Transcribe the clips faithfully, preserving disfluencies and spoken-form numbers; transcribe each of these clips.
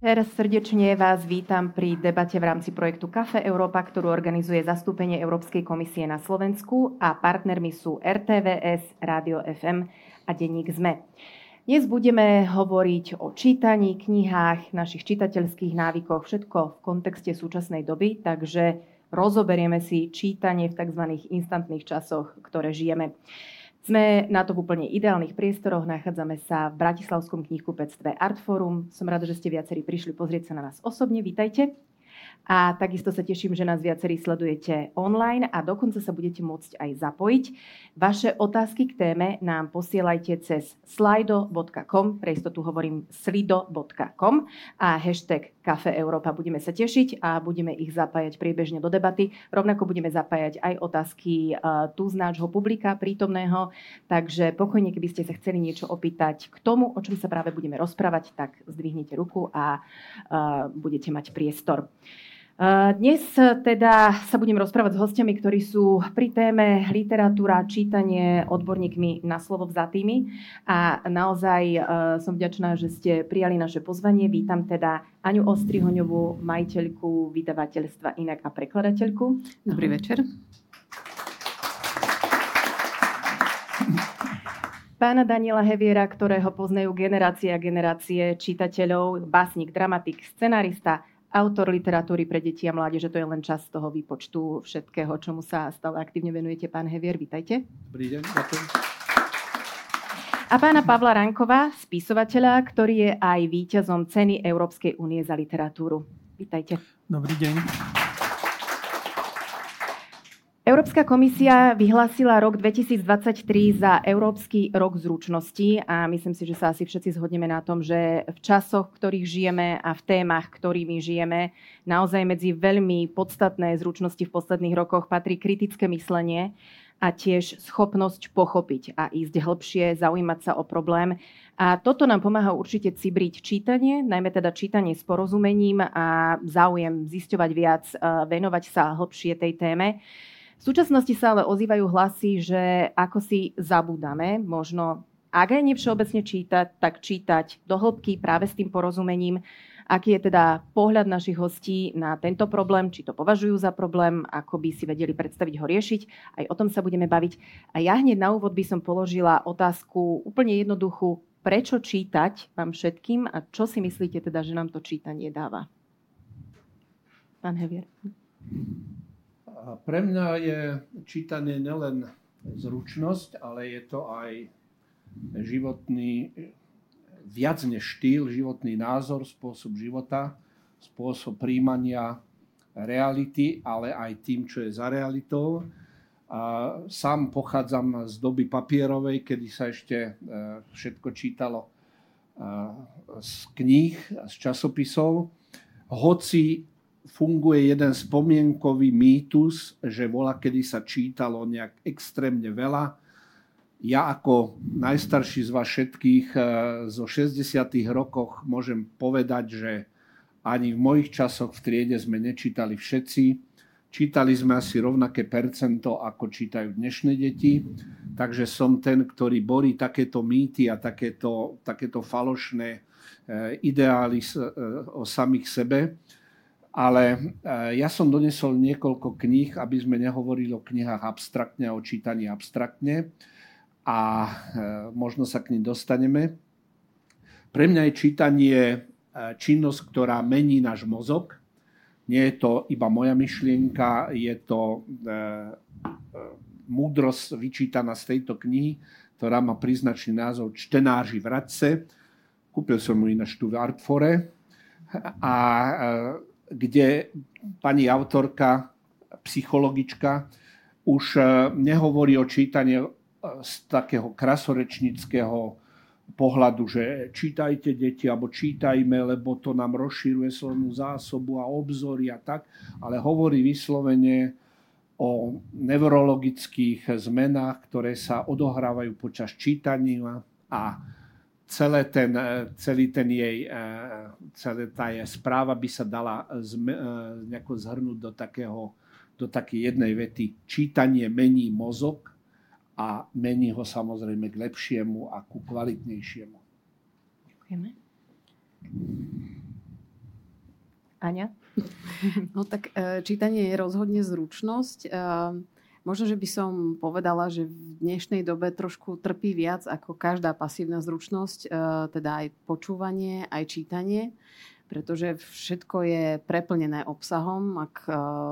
Teraz srdečne vás vítam pri debate v rámci projektu Café Európa, ktorú organizuje zastúpenie Európskej komisie na Slovensku a partnermi sú er té vé es, Rádio ef em a denník es em e. Dnes budeme hovoriť o čítaní, knihách, našich čitateľských návykoch, všetko v kontexte súčasnej doby, takže rozoberieme si čítanie v tzv. Instantných časoch, ktoré žijeme. Sme na to v úplne ideálnych priestoroch, nachádzame sa v bratislavskom knihkupectve Artforum. Som rada, že ste viacerí prišli pozrieť sa na nás osobne, vítajte. A takisto sa teším, že nás viacerí sledujete online a dokonca sa budete môcť aj zapojiť. Vaše otázky k téme nám posielajte cez slido bodka com, pre istotu hovorím slido bodka com a hashtag Café Európa. Budeme sa tešiť a budeme ich zapájať priebežne do debaty. Rovnako budeme zapájať aj otázky uh, tu z nášho publika prítomného, takže pokojne, keby ste sa chceli niečo opýtať k tomu, o čom sa práve budeme rozprávať, tak zdvihnite ruku a uh, budete mať priestor. Dnes teda sa budem rozprávať s hostiami, ktorí sú pri téme literatúra, čítanie odborníkmi na slovo vzatými a naozaj som vďačná, že ste prijali naše pozvanie. Vítam teda Aňu Ostrihoňovú, majiteľku vydavateľstva Inak a prekladateľku. Dobrý večer. Pána Daniela Heviera, ktorého poznajú generácie a generácie čitateľov, básnik, dramatik, scenarista, autor literatúry pre deti a mládeže, to je len časť toho výpočtu všetkého, čomu sa stále aktívne venujete. Pán Hevier, vítajte. Dobrý deň. Ďakujem. A pána Pavla Ranková, spisovateľa, ktorý je aj víťazom ceny Európskej únie za literatúru. Vítajte. Dobrý deň. Európska komisia vyhlásila rok dvetisícdvadsaťtri za Európsky rok zručností a myslím si, že sa asi všetci zhodneme na tom, že v časoch, v ktorých žijeme a v témach, ktorými žijeme, naozaj medzi veľmi podstatné zručnosti v posledných rokoch patrí kritické myslenie a tiež schopnosť pochopiť a ísť hlbšie, zaujímať sa o problém. A toto nám pomáha určite cibriť čítanie, najmä teda čítanie s porozumením a záujem zisťovať viac, venovať sa hlbšie tej téme. V súčasnosti sa ale ozývajú hlasy, že ako si zabúdame, možno ak aj nevšeobecne čítať, tak čítať do hĺbky práve s tým porozumením. Aký je teda pohľad našich hostí na tento problém, či to považujú za problém, ako by si vedeli predstaviť ho riešiť. Aj o tom sa budeme baviť. A ja hneď na úvod by som položila otázku úplne jednoduchú. Prečo čítať vám všetkým a čo si myslíte teda, že nám to čítanie dáva? Pán Hevier. A pre mňa je čítanie nielen zručnosť, ale je to aj životný, viac než štýl, životný názor, spôsob života, spôsob príjmania reality, ale aj tým, čo je za realitou. A sám pochádzam z doby papierovej, kedy sa ešte všetko čítalo z kníh, z časopisov. Hoci funguje jeden spomienkový mýtus, že voľakedy sa čítalo nejak extrémne veľa. Ja ako najstarší z vás všetkých zo šesťdesiatych rokoch môžem povedať, že ani v mojich časoch v triede sme nečítali všetci. Čítali sme asi rovnaké percento, ako čítajú dnešné deti. Takže som ten, ktorý borí takéto mýty a takéto, takéto falošné ideály o samých sebe. Ale ja som donesol niekoľko kníh, aby sme nehovorili o knihách abstraktne a o čítaní abstraktne. A možno sa k nim dostaneme. Pre mňa je čítanie činnosť, ktorá mení náš mozog. Nie je to iba moja myšlienka, je to múdrosť vyčítaná z tejto knihy, ktorá má príznačný názov Čtenáři v Radce. Kúpil som ju ináč tu v Artfore. A kde pani autorka, psychologička, už nehovorí o čítaní z takého krasorečnického pohľadu, že čítajte deti, alebo čítajme, lebo to nám rozšíruje slovnú zásobu a obzory a tak, ale hovorí vyslovene o neurologických zmenách, ktoré sa odohrávajú počas čítania a celé ten, celý ten jej, celá tá jej správa by sa dala zme, nejako zhrnúť do takého, do takej jednej vety. Čítanie mení mozog a mení ho samozrejme k lepšiemu a ku kvalitnejšiemu. Ďakujeme. Aňa? No tak čítanie je rozhodne zručnosť. Možno, že by som povedala, že v dnešnej dobe trošku trpí viac ako každá pasívna zručnosť, teda aj počúvanie, aj čítanie, pretože všetko je preplnené obsahom. Ak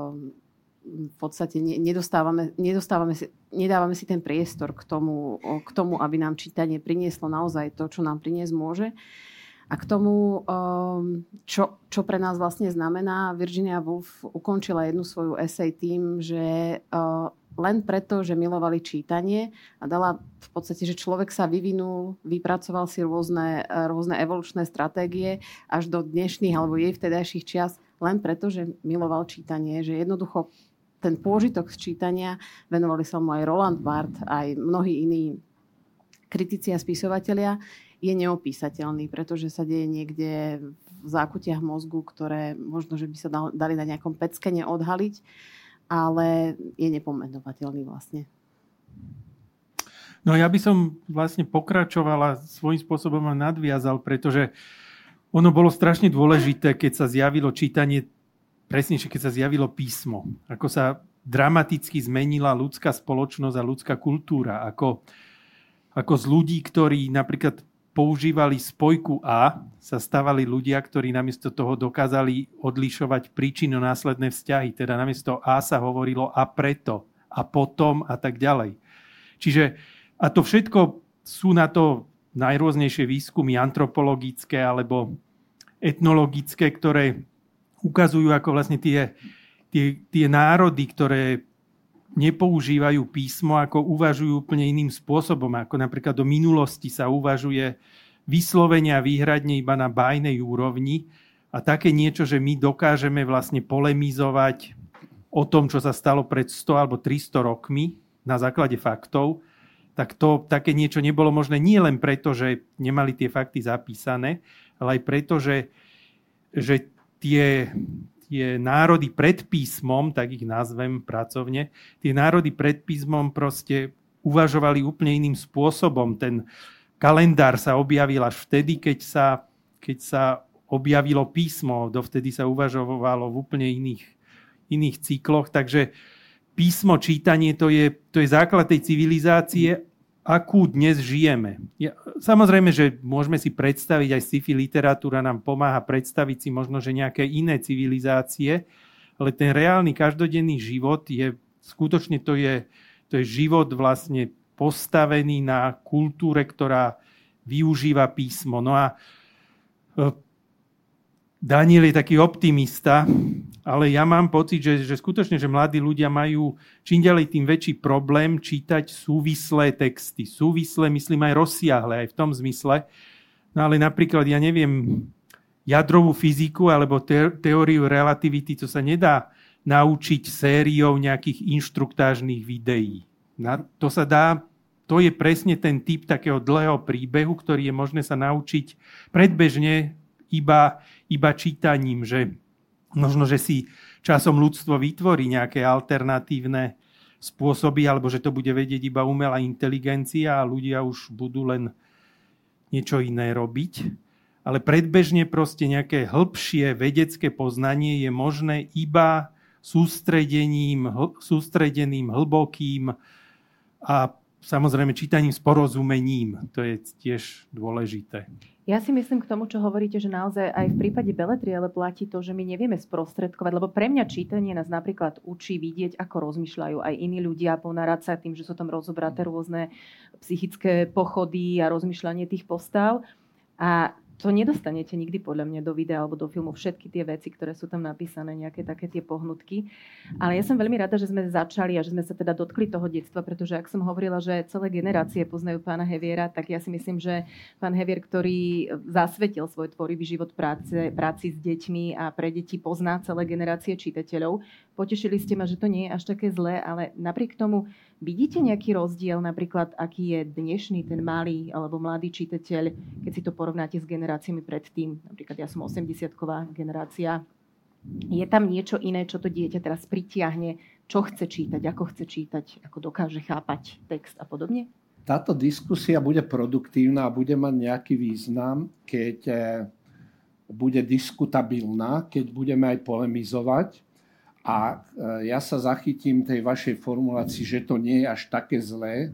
v podstate nedostávame, nedostávame si, nedávame si ten priestor k tomu, k tomu, aby nám čítanie prinieslo naozaj to, čo nám priniesť môže. A k tomu, čo, čo pre nás vlastne znamená, Virginia Woolf ukončila jednu svoju esej tým, že len preto, že milovali čítanie a dala v podstate, že človek sa vyvinul, vypracoval si rôzne, rôzne evolučné stratégie až do dnešných alebo jej vtedajších čias, len preto, že miloval čítanie, že jednoducho ten pôžitok z čítania venovali sa mu aj Roland Barthes, aj mnohí iní kritici a spisovatelia, je neopísateľný, pretože sa deje niekde v zákutiach mozgu, ktoré možno, že by sa dali na nejakom peckene odhaliť, ale je nepomenovateľný vlastne. No ja by som vlastne pokračovala svojím spôsobom a nadviazal, pretože ono bolo strašne dôležité, keď sa zjavilo čítanie, presnejšie, keď sa zjavilo písmo. Ako sa dramaticky zmenila ľudská spoločnosť a ľudská kultúra. Ako, ako z ľudí, ktorí napríklad používali spojku a, sa stávali ľudia, ktorí namiesto toho dokázali odlišovať príčinno-následné vzťahy. Teda namiesto a sa hovorilo a preto, a potom a tak ďalej. Čiže, a to všetko sú na to najrôznejšie výskumy antropologické alebo etnologické, ktoré ukazujú, ako vlastne tie, tie, tie národy, ktoré nepoužívajú písmo, ako uvažujú úplne iným spôsobom. Ako napríklad do minulosti sa uvažuje vyslovene a výhradne iba na bájnej úrovni. A také niečo, že my dokážeme vlastne polemizovať o tom, čo sa stalo pred sto alebo tristo rokmi na základe faktov, tak to také niečo nebolo možné nie len preto, že nemali tie fakty zapísané, ale aj preto, že, že tie... tie národy pred písmom, tak ich nazvem pracovne, tie národy pred písmom proste uvažovali úplne iným spôsobom. Ten kalendár sa objavil až vtedy, keď sa, keď sa objavilo písmo. Dovtedy sa uvažovalo v úplne iných, iných cykloch. Takže písmo, čítanie, to je, to je základ tej civilizácie, akú dnes žijeme. Ja, samozrejme, že môžeme si predstaviť, aj sci-fi literatúra nám pomáha predstaviť si možno, že nejaké iné civilizácie, ale ten reálny každodenný život je, skutočne to je, to je život vlastne postavený na kultúre, ktorá využíva písmo. No a Daniel je taký optimista, ale ja mám pocit, že, že skutočne, že mladí ľudia majú čím ďalej tým väčší problém čítať súvislé texty. Súvislé, myslím aj rozsiahle, aj v tom zmysle. No ale napríklad, ja neviem, jadrovú fyziku alebo te- teóriu relativity, to sa nedá naučiť sériou nejakých inštruktážnych videí. Na, to sa dá, to je presne ten typ takého dlhého príbehu, ktorý je možné sa naučiť predbežne iba, iba čítaním, že možno, že si časom ľudstvo vytvorí nejaké alternatívne spôsoby, alebo že to bude vedieť iba umelá inteligencia a ľudia už budú len niečo iné robiť. Ale predbežne proste nejaké hĺbšie vedecké poznanie je možné iba sústredením, sústredeným, hlbokým a samozrejme čítaním s porozumením. To je tiež dôležité. Ja si myslím k tomu, čo hovoríte, že naozaj aj v prípade beletriele platí to, že my nevieme sprostredkovať, lebo pre mňa čítanie nás napríklad učí vidieť, ako rozmýšľajú aj iní ľudia, ponárať sa tým, že sú tam rozobraté rôzne psychické pochody a rozmýšľanie tých postav. A to nedostanete nikdy podľa mňa do videa alebo do filmu všetky tie veci, ktoré sú tam napísané, nejaké také tie pohnutky. Ale ja som veľmi rada, že sme začali a že sme sa teda dotkli toho detstva, pretože ak som hovorila, že celé generácie poznajú pána Heviera, tak ja si myslím, že pán Hevier, ktorý zasvetil svoj tvorivý život práce, práci s deťmi a pre deti pozná celé generácie čitateľov. Potešili ste ma, že to nie je až také zlé, ale napriek tomu vidíte nejaký rozdiel, napríklad, aký je dnešný ten malý alebo mladý čitateľ, keď si to porovnáte s generáciami predtým? Napríklad ja som osemdesiatková generácia. Je tam niečo iné, čo to dieťa teraz pritiahne, čo chce čítať, ako chce čítať, ako dokáže chápať text a podobne? Táto diskusia bude produktívna a bude mať nejaký význam, keď bude diskutabilná, keď budeme aj polemizovať. A ja sa zachytím tej vašej formulácii, že to nie je až také zlé.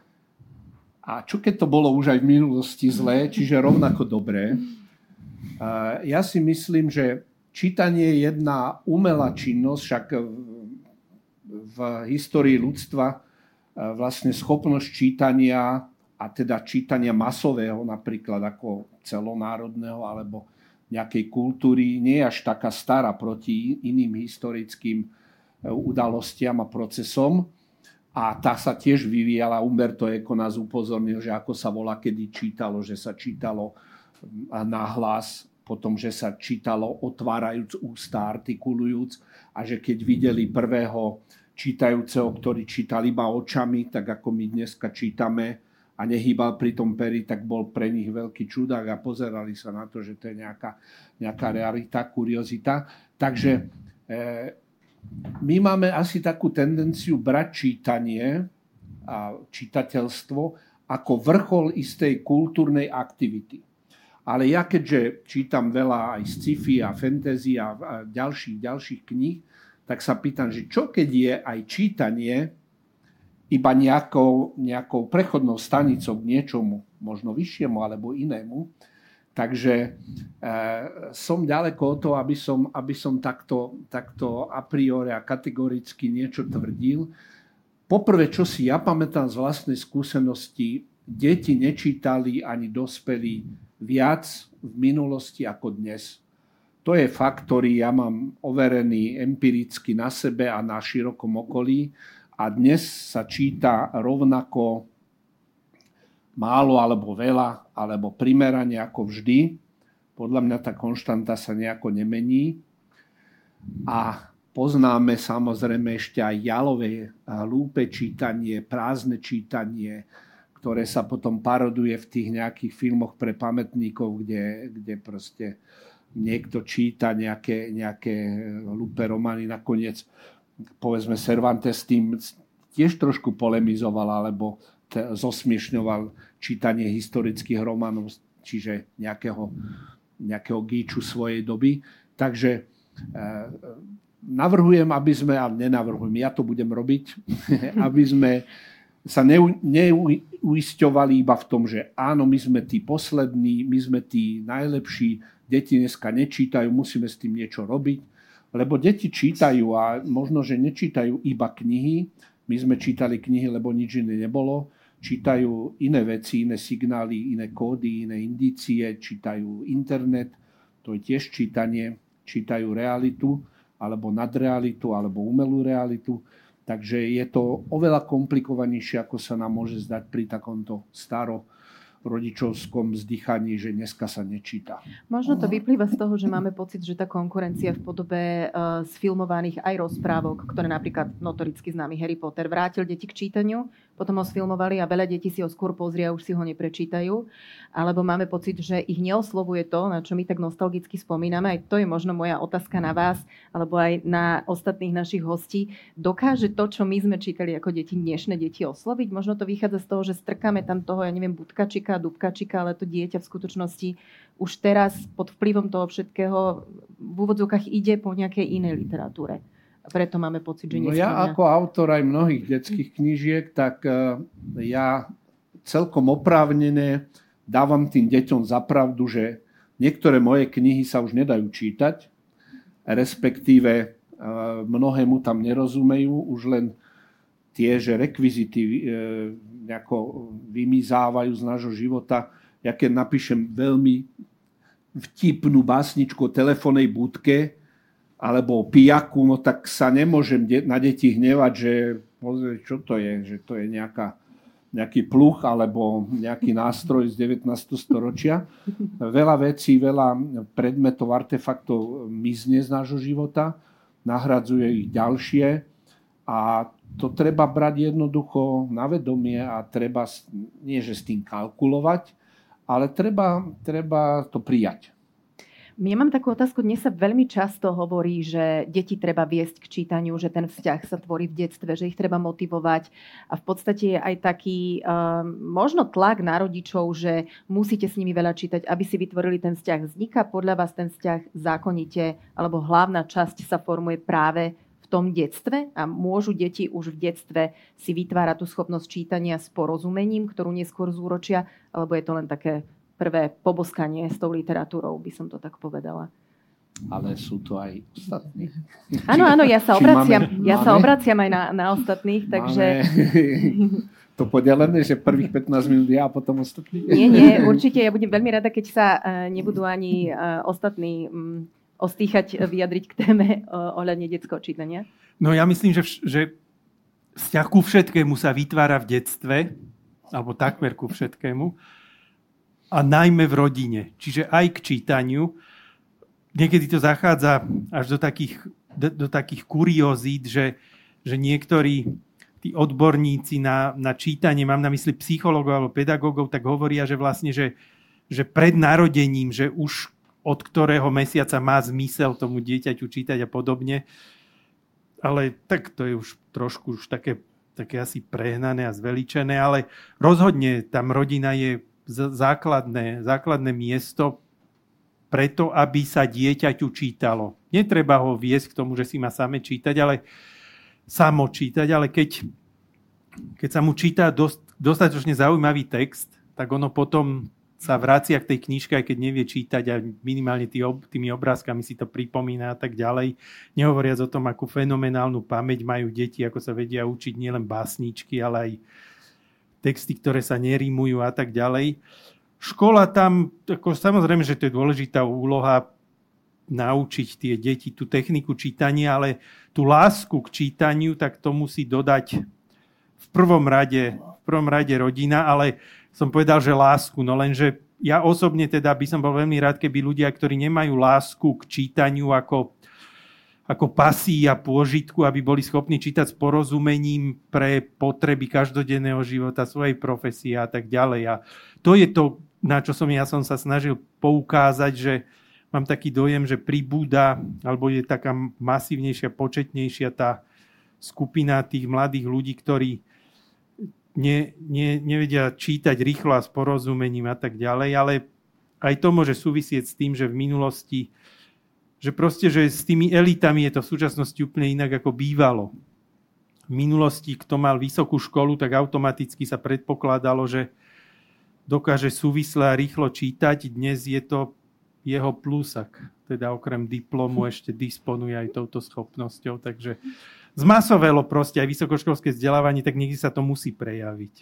A čo keď to bolo už aj v minulosti zlé, čiže rovnako dobré. Ja si myslím, že čítanie je jedna umelá činnosť, však v histórii ľudstva vlastne schopnosť čítania, a teda čítania masového, napríklad ako celonárodného alebo nejakej kultúry, nie je až taká stará proti iným historickým udalostiam a procesom. A tá sa tiež vyvíjala. Umberto Eco nás upozornil, že ako sa volá, kedy čítalo, že sa čítalo nahlas, potom, že sa čítalo otvárajúc ústa, artikulujúc, a že keď videli prvého čítajúceho, ktorý čítal iba očami, tak ako my dneska čítame, a nehýbal pri tom peri, tak bol pre nich veľký čudák a pozerali sa na to, že to je nejaká, nejaká realita, kuriozita. Takže e, my máme asi takú tendenciu brať čítanie a čitateľstvo ako vrchol istej kultúrnej aktivity. Ale ja keďže čítam veľa aj sci-fi a fantasy a, a ďalších, ďalších kníh, tak sa pýtam, že čo keď je aj čítanie iba nejakou, nejakou prechodnou stanicou k niečomu, možno vyššiemu alebo inému. Takže e, som ďaleko od toho, aby som, aby som takto, takto a priori a kategoricky niečo tvrdil. Poprvé, čo si ja pamätám z vlastnej skúsenosti, deti nečítali ani dospelí viac v minulosti ako dnes. To je fakt, ktorý ja mám overený empiricky na sebe a na širokom okolí. A dnes sa číta rovnako málo alebo veľa, alebo primerane ako vždy. Podľa mňa tá konštanta sa nejako nemení. A poznáme samozrejme ešte aj jalové hlúpe čítanie, prázdne čítanie, ktoré sa potom paroduje v tých nejakých filmoch pre pamätníkov, kde, kde proste niekto číta nejaké, nejaké hlúpe romány. Nakoniec povedzme Cervantes s tým tiež trošku polemizoval alebo t- zosmiešňoval čítanie historických románov, čiže nejakého, nejakého gíču svojej doby. Takže e, navrhujem, aby sme, a nenavrhujem, ja to budem robiť, aby sme sa neu, neuisťovali iba v tom, že áno, my sme tí poslední, my sme tí najlepší, deti dneska nečítajú, musíme s tým niečo robiť. Lebo deti čítajú a možno, že nečítajú iba knihy. My sme čítali knihy, lebo nič iné nebolo. Čítajú iné veci, iné signály, iné kódy, iné indície. Čítajú internet, to je tiež čítanie. Čítajú realitu, alebo nadrealitu, alebo umelú realitu. Takže je to oveľa komplikovanejšie, ako sa nám môže zdať pri takomto staro rodičovskom vzdychaní, že dneska sa nečíta. Možno to vyplýva z toho, že máme pocit, že tá konkurencia v podobe uh, sfilmovaných aj rozprávok, ktoré napríklad notoricky známy Harry Potter vrátil deti k čítaniu, potom ho sfilmovali a veľa detí si ho skôr pozrie a už si ho neprečítajú. Alebo máme pocit, že ich neoslovuje to, na čo my tak nostalgicky spomíname. Aj to je možno moja otázka na vás, alebo aj na ostatných našich hostí. Dokáže to, čo my sme čítali ako deti, dnešné deti osloviť? Možno to vychádza z toho, že strkáme tam toho, ja neviem, Budkačika, Dubkačika, ale to dieťa v skutočnosti už teraz pod vplyvom toho všetkého v úvodzovkách ide po nejakej inej literatúre. A preto máme pocit, že nesplňa. No ja ako autor aj mnohých detských knížiek, tak ja celkom oprávnené dávam tým deťom za pravdu, že niektoré moje knihy sa už nedajú čítať, respektíve mnohému tam nerozumejú, už len tie, že rekvizity nejako vymizávajú z nášho života. Ja keď napíšem veľmi vtipnú básničku o telefónnej budke alebo o pijaku, no tak sa nemôžem na deti hnevať, že pozri, čo to je, že to je nejaká, nejaký pluch alebo nejaký nástroj z devätnásteho storočia. Veľa vecí, veľa predmetov, artefaktov mizne z nášho života, nahradzuje ich ďalšie a to treba brať jednoducho na vedomie a treba, nie že s tým kalkulovať, ale treba, treba to prijať. Ja mám takú otázku. Dnes sa veľmi často hovorí, že deti treba viesť k čítaniu, že ten vzťah sa tvorí v detstve, že ich treba motivovať. A v podstate je aj taký uh, možno tlak na rodičov, že musíte s nimi veľa čítať, aby si vytvorili ten vzťah. Vzniká podľa vás ten vzťah zákonite, alebo hlavná časť sa formuje práve v tom detstve a môžu deti už v detstve si vytvárať tú schopnosť čítania s porozumením, ktorú neskôr zúročia, alebo je to len také prvé poboskanie s tou literatúrou, by som to tak povedala. Ale sú to aj ostatní. Áno, áno, ja sa Či obraciam, máme, ja máme, sa obraciam aj na, na ostatných, takže... to podelené, že prvých pätnásť minút ja a potom ostatní? Nie, nie, určite. Ja budem veľmi rada, keď sa nebudú ani ostatní ostýchať vyjadriť k téme ohľadne detského čítania. No ja myslím, že, že vzťah ku všetkému sa vytvára v detstve, alebo takmer ku všetkému, a najmä v rodine. Čiže aj k čítaniu. Niekedy to zachádza až do takých, do, do takých kuriozít, že, že niektorí tí odborníci na, na čítanie, mám na mysli psychológov alebo pedagógov, tak hovoria, že vlastne, že, že pred narodením, že už od ktorého mesiaca má zmysel tomu dieťaťu čítať a podobne. Ale tak to je už trošku už také, také asi prehnané a zveličené, ale rozhodne tam rodina je základné, základné miesto preto, aby sa dieťaťu čítalo. Netreba ho viesť k tomu, že si má same čítať, ale samo čítať, ale keď, keď sa mu číta dost, dostatočne zaujímavý text, tak ono potom sa vracia k tej knižke, aj keď nevie čítať a minimálne tý, tými obrázkami si to pripomína a tak ďalej. Nehovoriac o tom, akú fenomenálnu pamäť majú deti, ako sa vedia učiť nielen básničky, ale aj texty, ktoré sa nerímujú a tak ďalej. Škola tam, ako samozrejme, že to je dôležitá úloha naučiť tie deti tú techniku čítania, ale tú lásku k čítaniu, tak to musí dodať v prvom rade, v prvom rade rodina, ale som povedal, že lásku, no lenže ja osobne teda by som bol veľmi rád, keby ľudia, ktorí nemajú lásku k čítaniu ako ako pasí a pôžitku, aby boli schopní čítať s porozumením pre potreby každodenného života, svojej profesie a tak ďalej. A to je to, na čo som ja som sa snažil poukázať, že mám taký dojem, že pribúda, alebo je taká masívnejšia, početnejšia tá skupina tých mladých ľudí, ktorí ne, ne, nevedia čítať rýchlo a s porozumením a tak ďalej, ale aj to môže súvisieť s tým, že v minulosti že proste, že s tými elitami je to v súčasnosti úplne inak, ako bývalo. V minulosti, kto mal vysokú školu, tak automaticky sa predpokladalo, že dokáže súvisle a rýchlo čítať. Dnes je to jeho plusak. Teda okrem diplomu ešte disponuje aj touto schopnosťou. Takže zmasovelo proste aj vysokoškolské vzdelávanie, tak niekde sa to musí prejaviť.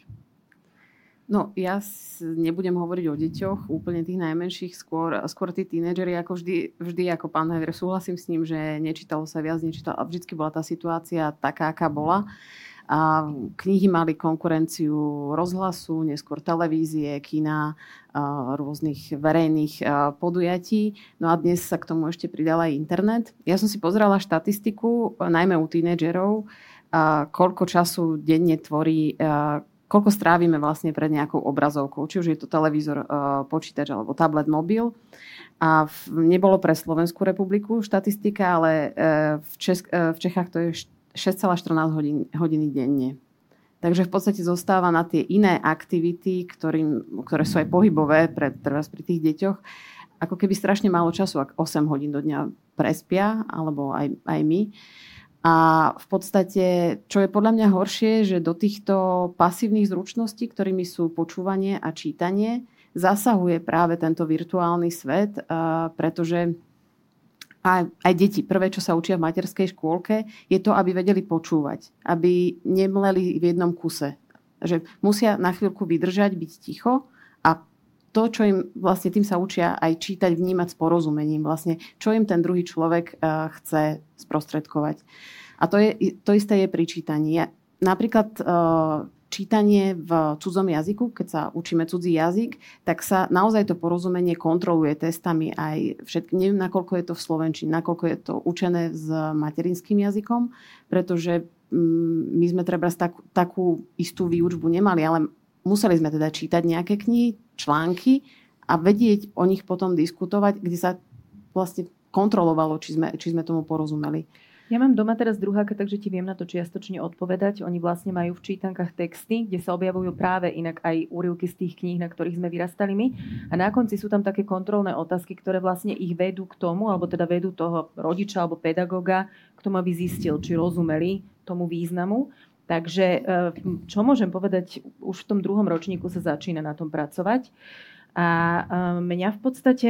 No, ja nebudem hovoriť o deťoch, úplne tých najmenších, skôr, skôr tí tínedžeri, ako vždy, vždy ako pán Hever, súhlasím s ním, že nečítalo sa viac, nečítalo, a vždycky bola tá situácia taká, aká bola. A knihy mali konkurenciu rozhlasu, neskôr televízie, kina, rôznych verejných podujatí. No a dnes sa k tomu ešte pridal aj internet. Ja som si pozerala štatistiku, najmä u tínedžerov, koľko času denne tvorí, koľko strávime vlastne pred nejakou obrazovkou, či už je to televízor, počítač alebo tablet, mobil. A v, nebolo pre Slovenskú republiku štatistika, ale v, Česk, v Čechách to je šesť celá štrnásť hodín, hodiny denne. Takže v podstate zostáva na tie iné aktivity, ktorým, ktoré sú aj pohybové pre, pri tých deťoch, ako keby strašne málo času, ak osem hodín do dňa prespia, alebo aj, aj my. A v podstate, čo je podľa mňa horšie, že do týchto pasívnych zručností, ktorými sú počúvanie a čítanie, zasahuje práve tento virtuálny svet, pretože aj, aj deti, prvé, čo sa učia v materskej škôlke, je to, aby vedeli počúvať, aby nemleli v jednom kuse. Že musia na chvíľku vydržať, byť ticho a to, čo im vlastne tým sa učia aj čítať, vnímať s porozumením, vlastne čo im ten druhý človek uh, chce sprostredkovať. A to, je, to isté je pri čítaní. Napríklad uh, čítanie v cudzom jazyku, keď sa učíme cudzí jazyk, tak sa naozaj to porozumenie kontroluje testami aj všetky. Neviem, nakoľko je to v slovenčine, nakoľko je to učené s materinským jazykom, pretože um, my sme treba takú, takú istú výučbu nemali, ale museli sme teda čítať nejaké knihy, články a vedieť o nich potom diskutovať, kde sa vlastne kontrolovalo, či sme, či sme tomu porozumeli. Ja mám doma teraz druháka, takže ti viem na to čiastočne odpovedať. Oni vlastne majú v čítankách texty, kde sa objavujú práve inak aj úryvky z tých kníh, na ktorých sme vyrastali my. A na konci sú tam také kontrolné otázky, ktoré vlastne ich vedú k tomu, alebo teda vedú toho rodiča alebo pedagóga k tomu, aby zistil, či rozumeli tomu významu. Takže čo môžem povedať, už v tom druhom ročníku sa začína na tom pracovať. A mňa v podstate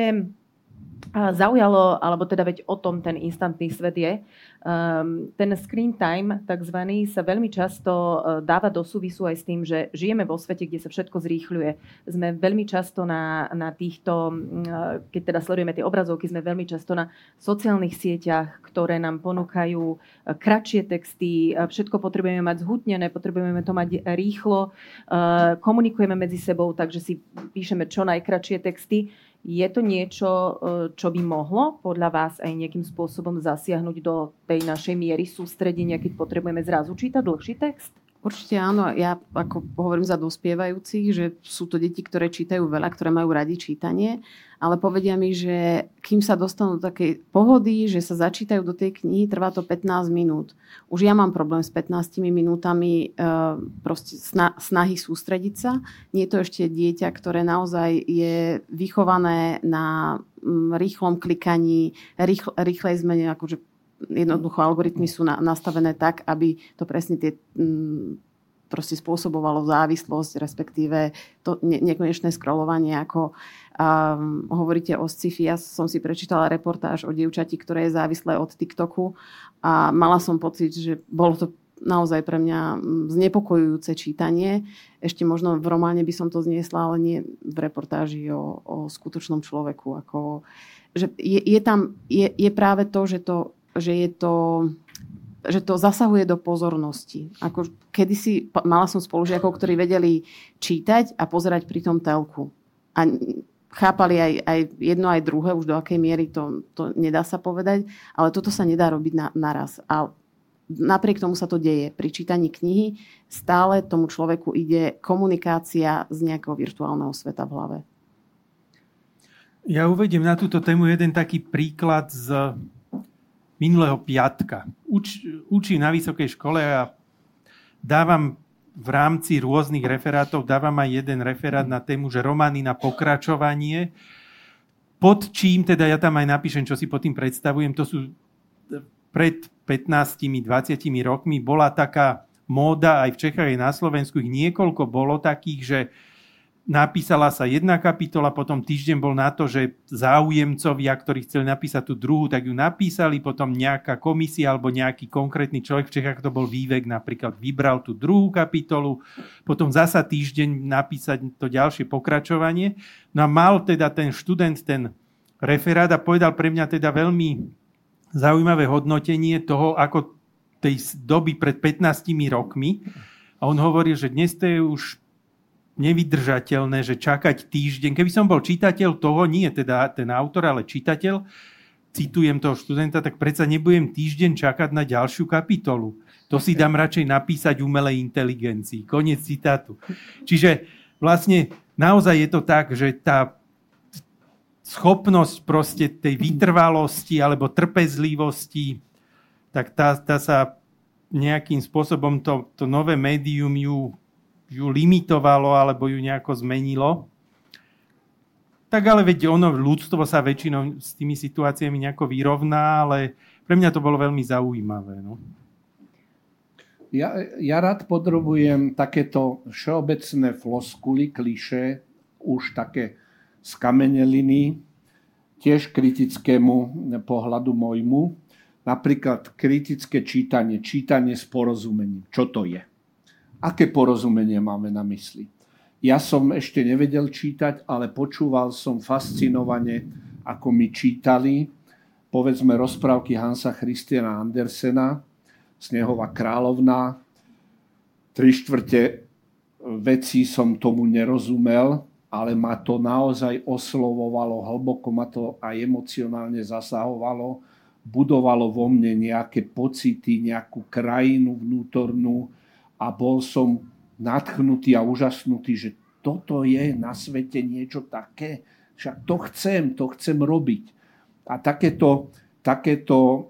zaujalo, alebo teda veď o tom ten instantný svet je. Um, ten screen time, takzvaný, sa veľmi často uh, dáva do súvisu aj s tým, že žijeme vo svete, kde sa všetko zrýchľuje. Sme veľmi často na, na týchto, uh, keď teda sledujeme tie obrazovky, sme veľmi často na sociálnych sieťach, ktoré nám ponúkajú uh, kratšie texty, uh, všetko potrebujeme mať zhutnené, potrebujeme to mať rýchlo, uh, komunikujeme medzi sebou, takže si píšeme čo najkratšie texty. Je to niečo, čo by mohlo podľa vás aj nejakým spôsobom zasiahnuť do tej našej miery sústredenia, keď potrebujeme zrazu čítať dlhší text? Určite áno. Ja ako hovorím za dospievajúcich, že sú to deti, ktoré čítajú veľa, ktoré majú radi čítanie, ale povedia mi, že kým sa dostanú do takej pohody, že sa začítajú do tej knihy, trvá to pätnásť minút. Už ja mám problém s pätnástimi minútami e, proste snahy sústrediť sa. Nie je to ešte dieťa, ktoré naozaj je vychované na rýchlom klikaní, rýchl, rýchlej zmene, akože jednoducho algoritmy sú na, nastavené tak, aby to presne tie m, proste spôsobovalo závislosť, respektíve to ne, nekonečné scrollovanie, ako um, hovoríte o sci-fi. Ja som si prečítala reportáž o dievčati, ktoré je závislé od TikToku a mala som pocit, že bolo to naozaj pre mňa znepokojujúce čítanie. Ešte možno v románe by som to zniesla, ale nie v reportáži o, o skutočnom človeku. Ako, že je, je tam je, je práve to, že to že je to, že to zasahuje do pozornosti. Ako kedysi mala som spolužiakov, ktorí vedeli čítať a pozerať pri tom telku. A chápali aj, aj jedno, aj druhé, už do akej miery to, to nedá sa povedať, ale toto sa nedá robiť na, naraz. A napriek tomu sa to deje. Pri čítaní knihy stále tomu človeku ide komunikácia z nejakého virtuálneho sveta v hlave. Ja uvediem na túto tému jeden taký príklad z minulého piatka. Uč, učím na vysokej škole a dávam v rámci rôznych referátov, dávam aj jeden referát na tému, že romány na pokračovanie. Pod čím, teda ja tam aj napíšem, čo si pod tým predstavujem, to sú pred pätnástimi dvadsiatimi rokmi bola taká móda aj v Čechách, aj na Slovensku, ich niekoľko bolo takých, že napísala sa jedna kapitola, potom týždeň bol na to, že záujemcovia, ktorí chceli napísať tú druhú, tak ju napísali, potom nejaká komisia alebo nejaký konkrétny človek, v Čechách to bol Vývek, napríklad vybral tú druhú kapitolu, potom zasa týždeň napísať to ďalšie pokračovanie. No a mal teda ten študent ten referát a povedal pre mňa teda veľmi zaujímavé hodnotenie toho, ako tej doby pred pätnástimi rokmi. A on hovoril, že dnes to je už nevydržateľné, že čakať týždeň. Keby som bol čitateľ toho, nie teda ten autor, ale čitateľ, citujem toho študenta, tak predsa nebudem týždeň čakať na ďalšiu kapitolu. To si dám radšej napísať umelej inteligencii. Koniec citátu. Čiže vlastne naozaj je to tak, že tá schopnosť proste tej vytrvalosti alebo trpezlivosti, tak tá, tá sa nejakým spôsobom to, to nové médium ju ju limitovalo alebo ju nejako zmenilo. Tak ale veď ono, ľudstvo sa väčšinou s tými situáciami nejako vyrovná, ale pre mňa to bolo veľmi zaujímavé. No. Ja, ja rád podrobujem takéto všeobecné floskuly, klišé, už také skameneliny, tiež kritickému pohľadu môjmu. Napríklad kritické čítanie, čítanie s porozumením. Čo to je? Aké porozumenie máme na mysli? Ja som ešte nevedel čítať, ale počúval som fascinovane, ako mi čítali, povedzme, rozprávky Hansa Christiana Andersena, Snehová kráľovná. Tri štvrte vecí som tomu nerozumel, ale ma to naozaj oslovovalo, hlboko ma to aj emocionálne zasahovalo, budovalo vo mne nejaké pocity, nejakú krajinu vnútornú, a bol som nadchnutý a úžasnutý, že toto je na svete niečo také. Však to chcem, to chcem robiť. A takéto, takéto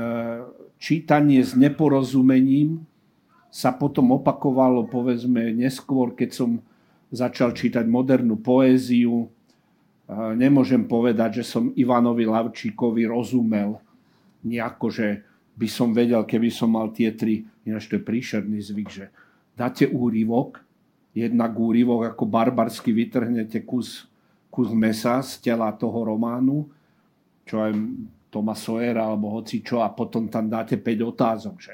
čítanie s neporozumením sa potom opakovalo, povedzme, neskôr, keď som začal čítať modernú poéziu. Nemôžem povedať, že som Ivanovi Lavčíkovi rozumel nejako, že by som vedel, keby som mal tie tri, ináč to je príšerný zvyk, že dáte úryvok, jednak úryvok, ako barbarsky vytrhnete kus, kus mesa z tela toho románu, čo aj Toma Sawyera, alebo hoci čo, a potom tam dáte päť otázok, že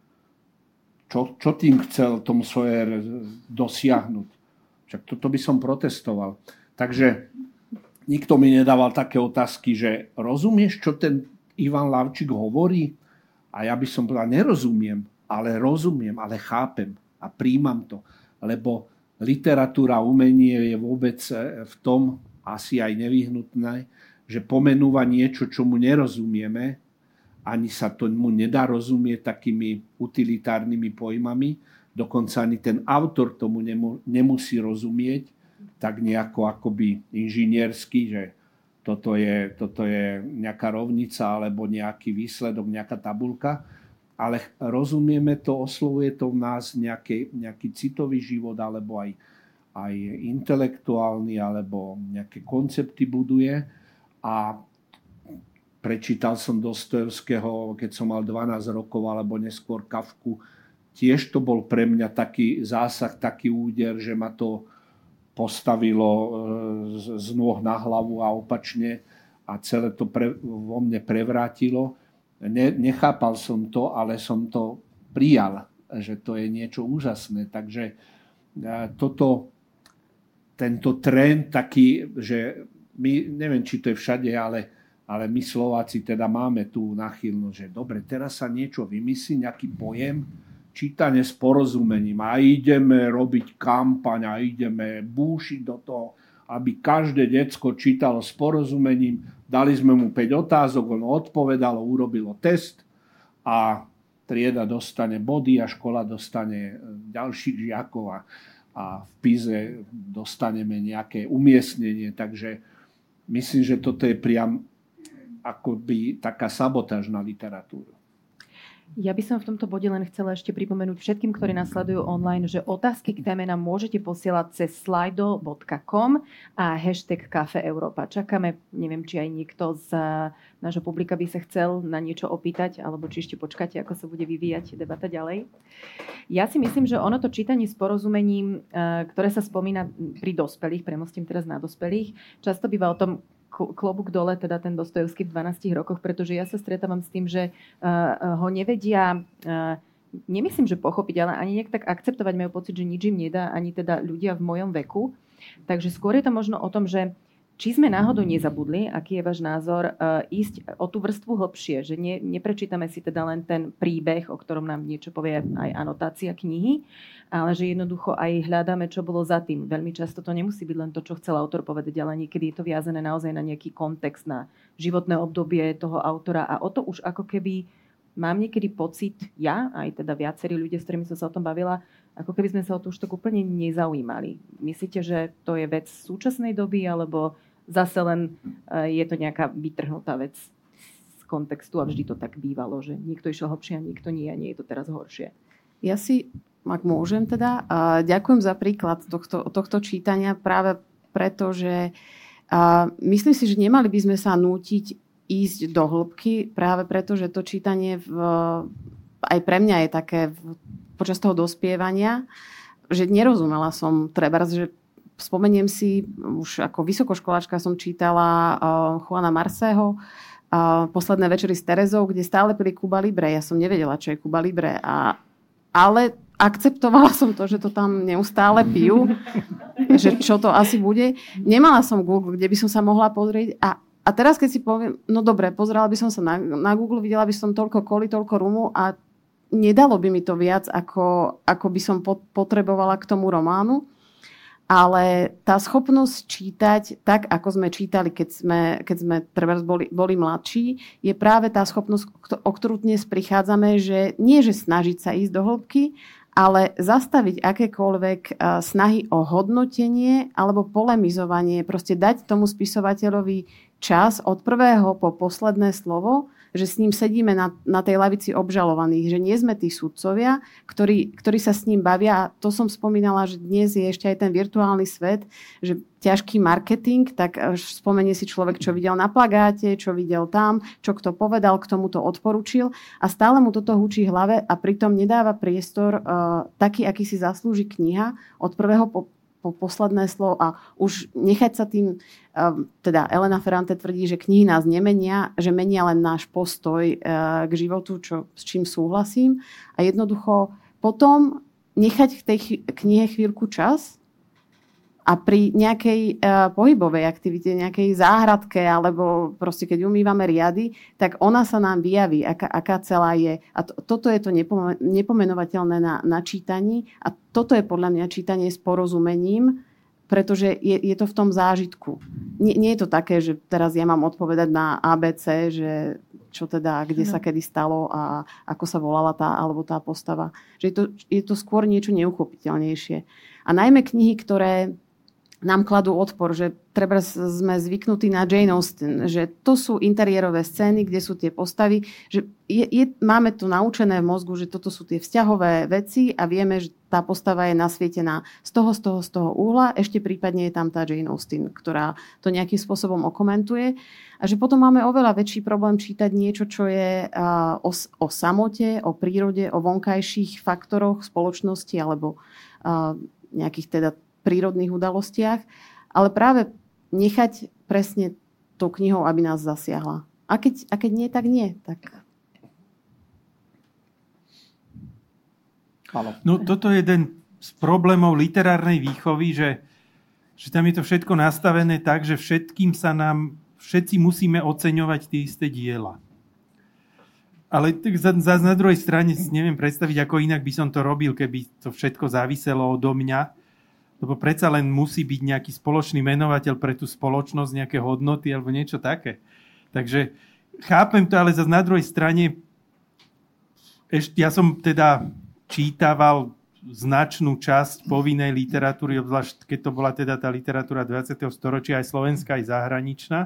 čo, čo tým chcel Tom Sawyer dosiahnuť. Však toto by som protestoval. Takže nikto mi nedával také otázky, že rozumieš, čo ten Ivan Lavčík hovorí? A ja by som povedal, nerozumiem, ale rozumiem, ale chápem a príjmam to. Lebo literatúra, umenie je vôbec v tom asi aj nevyhnutné, že pomenúva niečo, čomu nerozumieme, ani sa tomu nedá rozumieť takými utilitárnymi pojmami, dokonca ani ten autor tomu nemusí rozumieť, tak nejako akoby inžiniersky, že toto je, toto je nejaká rovnica alebo nejaký výsledok, nejaká tabuľka, ale rozumieme to, oslovuje to v nás nejaký, nejaký citový život alebo aj, aj intelektuálny, alebo nejaké koncepty buduje. A prečítal som Dostojevského, keď som mal dvanásť rokov, alebo neskôr Kafku. Tiež to bol pre mňa taký zásah, taký úder, že ma to postavilo z nôh na hlavu a opačne a celé to pre, vo mne prevrátilo. Ne, nechápal som to, ale som to prijal, že to je niečo úžasné. Takže toto, tento trend taký, že my, neviem, či to je všade, ale, ale my Slováci teda máme tú náchylnosť, že dobre, teraz sa niečo vymyslí, nejaký pojem, čítanie s porozumením a ideme robiť kampaň a ideme búšiť do toho, aby každé decko čítalo s porozumením. Dali sme mu päť otázok, on odpovedalo, urobilo test a trieda dostane body a škola dostane ďalších žiakov a, a v PISE dostaneme nejaké umiestnenie. Takže myslím, že toto je priam akoby taká sabotáž na literatúru. Ja by som v tomto bode len chcela ešte pripomenúť všetkým, ktorí nás sledujú online, že otázky k téme nám môžete posielať cez slido bodka com a hashtag Kafe Európa. Čakáme, neviem, či aj niekto z nášho publika by sa chcel na niečo opýtať, alebo či ešte počkáte, ako sa bude vyvíjať debata ďalej. Ja si myslím, že ono to čítanie s porozumením, ktoré sa spomína pri dospelých, premostím teraz na dospelých, často býva o tom, klobúk dole, teda ten Dostojevský v dvanástich rokoch, pretože ja sa stretávam s tým, že uh, ho nevedia, uh, nemyslím, že pochopiť, ale ani nejak tak akceptovať, majú pocit, že nič im nedá, ani teda ľudia v mojom veku. Takže skôr je to možno o tom, že či sme náhodou nezabudli, aký je váš názor, uh, ísť o tú vrstvu hlbšie, že ne, neprečítame si teda len ten príbeh, o ktorom nám niečo povie aj anotácia knihy, ale že jednoducho aj hľadáme, čo bolo za tým. Veľmi často to nemusí byť len to, čo chcel autor povedať, ale niekedy je to viazané naozaj na nejaký kontext, na životné obdobie toho autora a o to už ako keby mám niekedy pocit, ja, aj teda viacerí ľudia, s ktorými som sa o tom bavila, ako keby sme sa o to už tak úplne nezaujímali. Myslíte, že to je vec súčasnej doby, alebo zase len je to nejaká vytrhnutá vec z kontextu a vždy to tak bývalo, že niekto išiel hlbšie a niekto nie a nie je to teraz horšie? Ja si, ak môžem teda, ďakujem za príklad tohto, tohto čítania práve preto, že myslím si, že nemali by sme sa nútiť ísť do hĺbky, práve preto, že to čítanie v, aj pre mňa je také v, počas toho dospievania, že nerozumela som trebárs, že spomeniem si, už ako vysokoškoláčka som čítala uh, Juana Marseho, uh, Posledné večery s Terezou, kde stále pili Cuba Libre. Ja som nevedela, čo je Cuba Libre. A, ale akceptovala som to, že to tam neustále pijú, že čo to asi bude. Nemala som Google, kde by som sa mohla pozrieť. A, a teraz, keď si poviem, no dobre, pozerala by som sa na, na Google, videla by som toľko koli, toľko rumu a nedalo by mi to viac, ako, ako by som potrebovala k tomu románu. Ale tá schopnosť čítať tak, ako sme čítali, keď sme, keď sme treba boli, boli mladší, je práve tá schopnosť, o ktorú dnes prichádzame, že nie, že snažiť sa ísť do hĺbky, ale zastaviť akékoľvek snahy o hodnotenie alebo polemizovanie, proste dať tomu spisovateľovi čas od prvého po posledné slovo, že s ním sedíme na, na tej lavici obžalovaných, že nie sme tí sudcovia, ktorí, ktorí sa s ním bavia. A to som spomínala, že dnes je ešte aj ten virtuálny svet, že ťažký marketing, tak spomenie si človek, čo videl na plagáte, čo videl tam, čo kto povedal, k tomu to odporučil a stále mu toto hučí v hlave a pritom nedáva priestor uh, taký, aký si zaslúži kniha od prvého po po posledné slovo a už nechať sa tým, teda Elena Ferrante tvrdí, že knihy nás nemenia, že menia len náš postoj k životu, čo, s čím súhlasím a jednoducho potom nechať v tej knihe chvíľku čas a pri nejakej uh, pohybovej aktivite, nejakej záhradke alebo proste keď umývame riady, tak ona sa nám vyjaví, aká, aká celá je. A to, toto je to nepom- nepomenovateľné na, na čítaní a toto je podľa mňa čítanie s porozumením, pretože je, je to v tom zážitku. Nie, nie je to také, že teraz ja mám odpovedať na á bé cé, že čo teda, kde sa kedy stalo a ako sa volala tá alebo tá postava. Že je to, je to skôr niečo neuchopiteľnejšie. A najmä knihy, ktoré nám kladú odpor, že treba sme zvyknutí na Jane Austen, že to sú interiérové scény, kde sú tie postavy, že je, je, máme to naučené v mozgu, že toto sú tie vzťahové veci a vieme, že tá postava je nasvietená z toho, z toho, z toho uhla, ešte prípadne je tam tá Jane Austen, ktorá to nejakým spôsobom okomentuje a že potom máme oveľa väčší problém čítať niečo, čo je uh, o, o samote, o prírode, o vonkajších faktoroch spoločnosti alebo uh, nejakých teda prírodných udalostiach, ale práve nechať presne tou knihou, aby nás zasiahla. A keď, a keď nie, tak nie. Tak... No toto je jeden z problémov literárnej výchovy, že, že tam je to všetko nastavené tak, že všetkým sa nám, všetci musíme oceňovať tie isté diela. Ale zase na druhej strane neviem predstaviť, ako inak by som to robil, keby to všetko záviselo odo mňa. Lebo predsa len musí byť nejaký spoločný menovateľ pre tú spoločnosť, nejaké hodnoty alebo niečo také. Takže chápem to, ale zase na druhej strane ešte, ja som teda čítaval značnú časť povinnej literatúry, obzvlášť keď to bola teda tá literatúra dvadsiateho storočia, aj slovenská, aj zahraničná.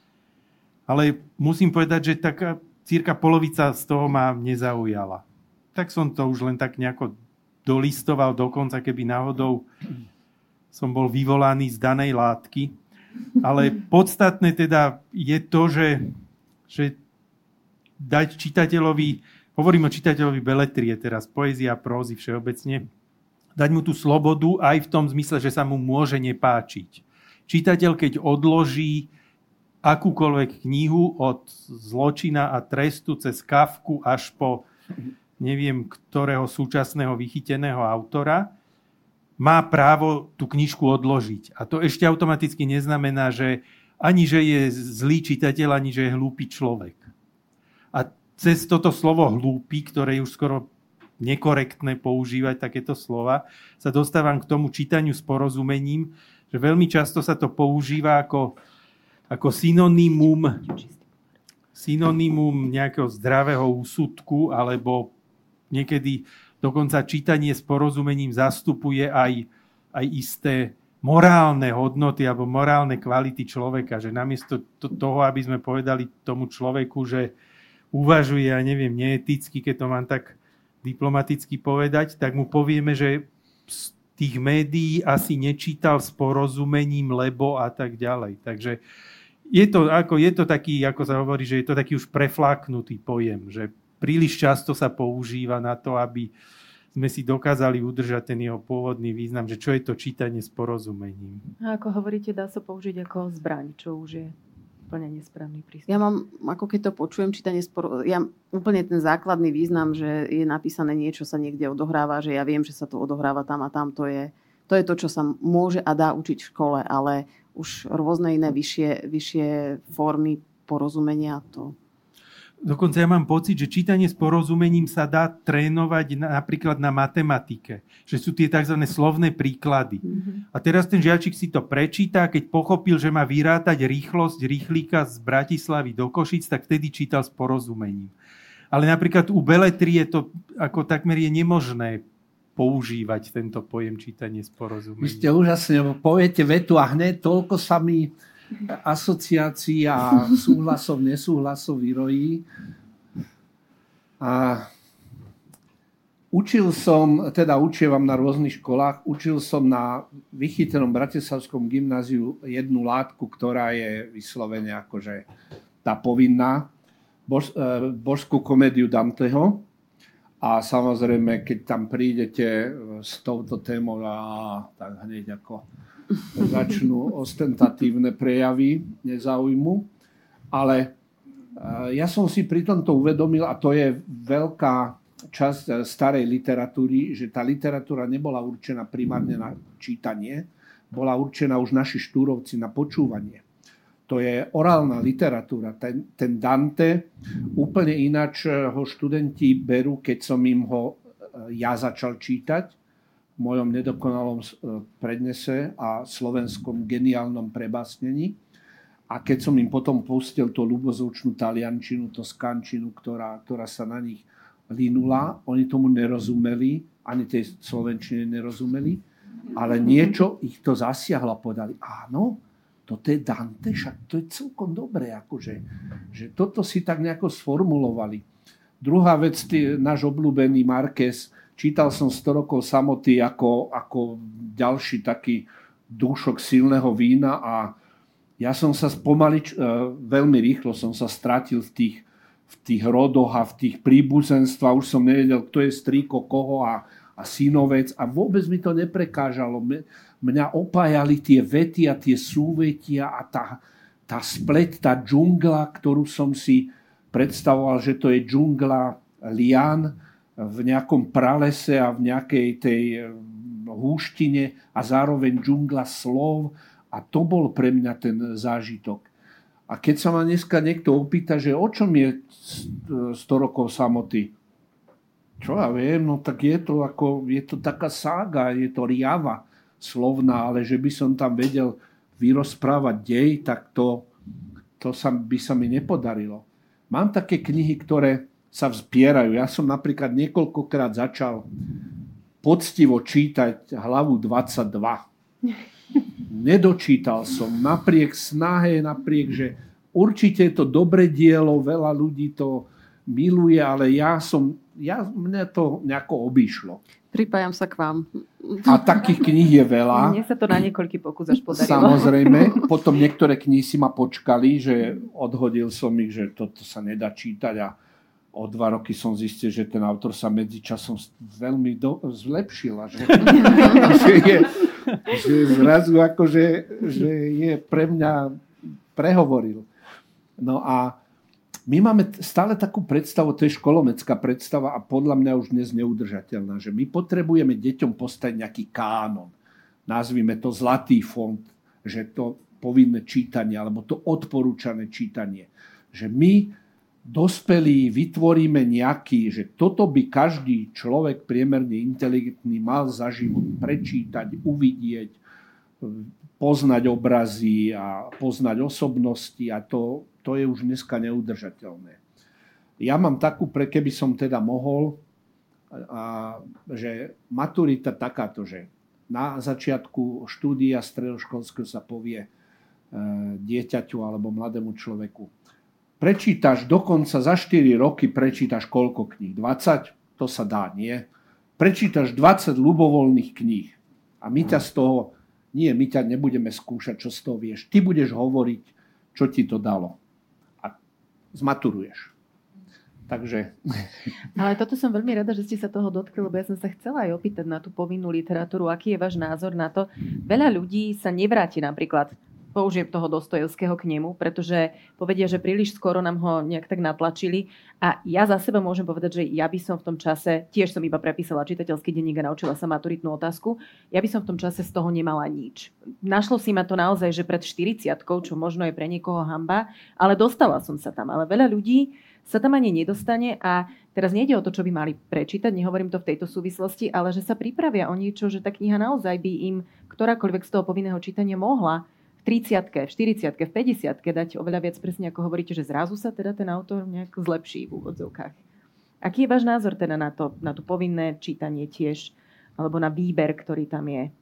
Ale musím povedať, že taká cirka polovica z toho ma nezaujala. Tak som to už len tak nejako dolistoval dokonca, keby náhodou som bol vyvolaný z danej látky. Ale podstatné teda je to, že, že dať čitateľovi, hovorím o čitateľovi beletrie teraz, poézia, prózy všeobecne, dať mu tú slobodu aj v tom zmysle, že sa mu môže nepáčiť. Čitateľ, keď odloží akúkoľvek knihu od zločina a trestu cez Kafku až po neviem ktorého súčasného vychyteného autora, má právo tú knižku odložiť. A to ešte automaticky neznamená, že ani že je zlý čitateľ, ani že je hlúpy človek. A cez toto slovo hlúpy, ktoré je už skoro nekorektné používať takéto slova, sa dostávam k tomu čítaniu s porozumením, že veľmi často sa to používa ako, ako synonymum, synonymum nejakého zdravého úsudku, alebo niekedy dokonca čítanie s porozumením zastupuje aj, aj isté morálne hodnoty alebo morálne kvality človeka. Že namiesto to, toho, aby sme povedali tomu človeku, že uvažuje, ja neviem, neeticky, keď to mám tak diplomaticky povedať, tak mu povieme, že z tých médií asi nečítal s porozumením, lebo a tak ďalej. Takže je to, ako, je to taký, ako sa hovorí, že je to taký už prefláknutý pojem, že príliš často sa používa na to, aby sme si dokázali udržať ten jeho pôvodný význam, že čo je to čítanie s porozumením. A ako hovoríte, dá sa použiť ako zbraň, čo už je úplne nesprávny prístup. Ja mám, ako keď to počujem, čítanie s porozumením, ja úplne ten základný význam, že je napísané niečo sa niekde odohráva, že ja viem, že sa to odohráva tam a tam, to je to, je to čo sa môže a dá učiť v škole, ale už rôzne iné vyššie, vyššie formy porozumenia to... Dokonca ja mám pocit, že čítanie s porozumením sa dá trénovať na, napríklad na matematike. Že sú tie tzv. Slovné príklady. Mm-hmm. A teraz ten žiačik si to prečíta, keď pochopil, že má vyrátať rýchlosť rýchlika z Bratislavy do Košic, tak vtedy čítal s porozumením. Ale napríklad u beletrie to ako takmer je nemožné používať tento pojem čítanie s porozumením. Vy ste úžasne, poviete vetu a hneď toľko sa mi asociácií a súhlasov, nesúhlasov vyrojí. A učil som, teda učievam na rôznych školách, učil som na vychytenom bratislavskom gymnáziu jednu látku, ktorá je vyslovene akože tá povinná, bož, e, božskú komédiu Danteho. A samozrejme, keď tam prídete s touto témou, a tak hneď ako začnú ostentatívne prejavy nezáujmu. Ale ja som si pri tomto uvedomil, a to je veľká časť starej literatúry, že tá literatúra nebola určená primárne na čítanie, bola určená už naši štúrovci na počúvanie. To je orálna literatúra. Ten, ten Dante, úplne ináč ho študenti berú, keď som im ho ja začal čítať v mojom nedokonalom prednese a slovenskom geniálnom prebásnení. A keď som im potom pustil tú ľubozvučnú taliančinu, toskančinu, ktorá, ktorá sa na nich linula, oni tomu nerozumeli, ani tej slovenčine nerozumeli, ale niečo ich to zasiahlo a povedali, áno, toto je Dante, však to je celkom dobré, akože, že toto si tak nejako sformulovali. Druhá vec, tý, náš obľúbený Marquez, čítal som sto rokov samoty ako, ako ďalší taký dúšok silného vína a ja som sa spomalič, veľmi rýchlo som sa stratil v tých, v tých rodoch a v tých príbuzenstvách. Už som nevedel, kto je strýko koho a, a synovec a vôbec mi to neprekážalo. Mňa opájali tie vety a tie súvetia a tá, tá splet, tá džungla, ktorú som si predstavoval, že to je džungla lian v nejakom pralese a v nejakej tej húštine a zároveň džungla slov. A to bol pre mňa ten zážitok. A keď sa ma dneska niekto opýta, že o čom je sto rokov samoty, čo ja viem, no tak je to, ako, je to taká sága, je to riava slovná, ale že by som tam vedel vyrozprávať dej, tak to, to sa, by sa mi nepodarilo. Mám také knihy, ktoré sa vzpierajú. Ja som napríklad niekoľkokrát začal poctivo čítať hlavu dvadsaťdva. Nedočítal som, napriek snahe, napriek, že určite je to dobré dielo, veľa ľudí to miluje, ale ja som, ja, mne to nejako obišlo. Pripájam sa k vám. A takých kníh je veľa. Mne sa to na niekoľký pokus až podarilo. Samozrejme. Potom niektoré knihy si ma počkali, že odhodil som ich, že toto sa nedá čítať a o dva roky som zistil, že ten autor sa medzičasom veľmi do, zlepšil a že, že, je, že zrazu akože, že je pre mňa prehovoril. No a my máme stále takú predstavu, to je školomecká predstava a podľa mňa už dnes neudržateľná, že my potrebujeme deťom postaviť nejaký kánon. Nazvime to zlatý fond, že to povinné čítanie alebo to odporúčané čítanie. Že my dospelí vytvoríme nejaký, že toto by každý človek priemerne inteligentný mal za život prečítať, uvidieť, poznať obrazy a poznať osobnosti a to, to je už dneska neudržateľné. Ja mám takú, pre keby som teda mohol, a, že maturita takáto, že na začiatku štúdia stredoškolského sa povie e, dieťaťu alebo mladému človeku, prečítaš dokonca za štyri roky, prečítaš koľko kníh? dvadsať? To sa dá, nie? Prečítaš dvadsať ľubovoľných kníh. A my ťa z toho, nie, my ťa nebudeme skúšať, čo z toho vieš. Ty budeš hovoriť, čo ti to dalo. A zmaturuješ. Takže... Ale toto som veľmi rada, že ste sa toho dotkli, lebo ja som sa chcela aj opýtať na tú povinnú literatúru. Aký je váš názor na to? Veľa ľudí sa nevráti napríklad použijem toho Dostojevského k nemu, pretože povedia, že príliš skoro nám ho nejak tak natlačili a ja za seba môžem povedať, že ja by som v tom čase, tiež som iba prepísala čitateľský denník a naučila sa maturitnú otázku, ja by som v tom čase z toho nemala nič. Našlo si ma to naozaj, že pred štyridsiatkou, čo možno je pre niekoho hanba, ale dostala som sa tam. Ale veľa ľudí sa tam ani nedostane a teraz nejde o to, čo by mali prečítať, nehovorím to v tejto súvislosti, ale že sa pripravia o niečo, že tá kniha naozaj by im ktorákoľvek z toho povinného čítania mohla v tridsiatke, v štyridsiatke, v päťdesiatke dať oveľa viac, presne ako hovoríte, že zrazu sa teda ten autor nejak zlepší v úvodzovkách. Aký je váš názor teda na to, na to povinné čítanie tiež, alebo na výber, ktorý tam je?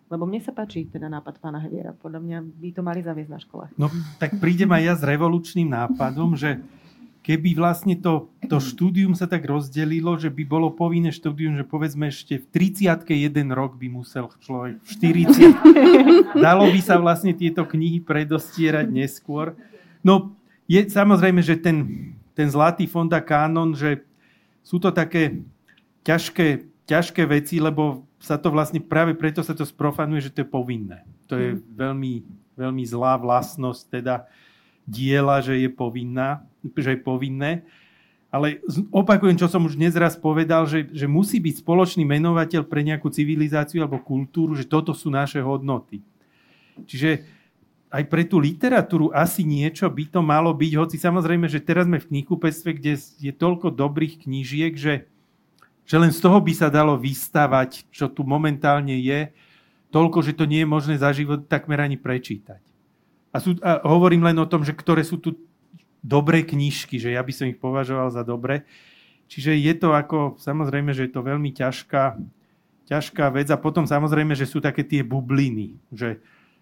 Lebo mne sa páči teda nápad pána Heviera. Podľa mňa by to mali zaviesť na školách. No tak prídem aj ja s revolučným nápadom, že keby vlastne to, to štúdium sa tak rozdelilo, že by bolo povinné štúdium, že povedzme ešte v tridsiatke jeden rok by musel človek v štyridsiatke. Dalo by sa vlastne tieto knihy predostierať neskôr. No je samozrejme, že ten, ten zlatý fond a kánon, že sú to také ťažké, ťažké veci, lebo sa to vlastne práve preto sa to sprofanuje, že to je povinné. To je veľmi, veľmi zlá vlastnosť teda diela, že je povinná, že je povinné. Ale opakujem, čo som už dnes raz povedal, že, že musí byť spoločný menovateľ pre nejakú civilizáciu alebo kultúru, že toto sú naše hodnoty. Čiže aj pre tú literatúru asi niečo by to malo byť, hoci samozrejme, že teraz sme v knihkupectve, kde je toľko dobrých knížiek, že, že len z toho by sa dalo vystavať, čo tu momentálne je, toľko, že to nie je možné za život takmer ani prečítať. A, sú, a hovorím len o tom, že ktoré sú tu dobré knižky, že ja by som ich považoval za dobré. Čiže je to ako, samozrejme, že je to veľmi ťažká, ťažká vec. A potom samozrejme, že sú také tie bubliny, že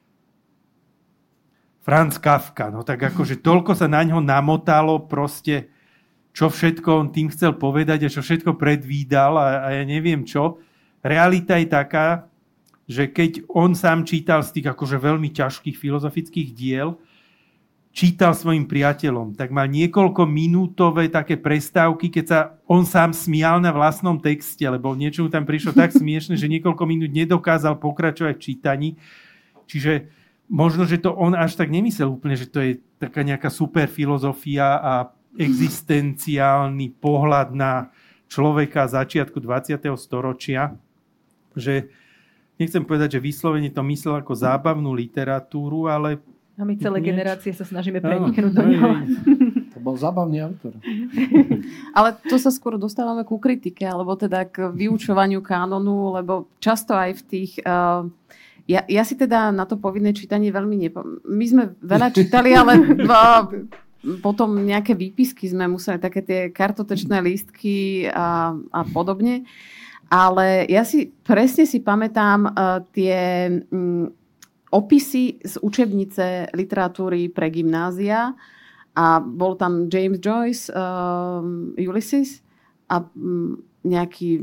Franz Kafka, no tak akože toľko sa na ňo namotalo proste, čo všetko on tým chcel povedať a čo všetko predvídal a, a ja neviem čo. Realita je taká, že keď on sám čítal z tých akože veľmi ťažkých filozofických diel, čítal svojim priateľom, tak mal niekoľko minútové také prestávky, keď sa on sám smial na vlastnom texte, lebo niečo mu tam prišlo tak smiešne, že niekoľko minút nedokázal pokračovať v čítaní. Čiže možno, že to on až tak nemyslel úplne, že to je taká nejaká super filozofia a existenciálny pohľad na človeka začiatku dvadsiateho storočia, že nechcem povedať, že vyslovene to myslel ako zábavnú literatúru, ale... A my celé nieč... generácie sa snažíme preniknúť no, do neho. To bol zábavný autor. Ale to sa skôr dostávame ku kritike, alebo teda k vyučovaniu kánonu, lebo často aj v tých... Uh, ja, ja si teda na to povinné čítanie veľmi nepam... My sme veľa čítali, ale uh, potom nejaké výpisky sme museli, také tie kartotečné lístky a, a podobne. Ale ja si presne si pamätám uh, tie um, opisy z učebnice literatúry pre gymnázia a bol tam James Joyce, um, Ulysses a um, nejaký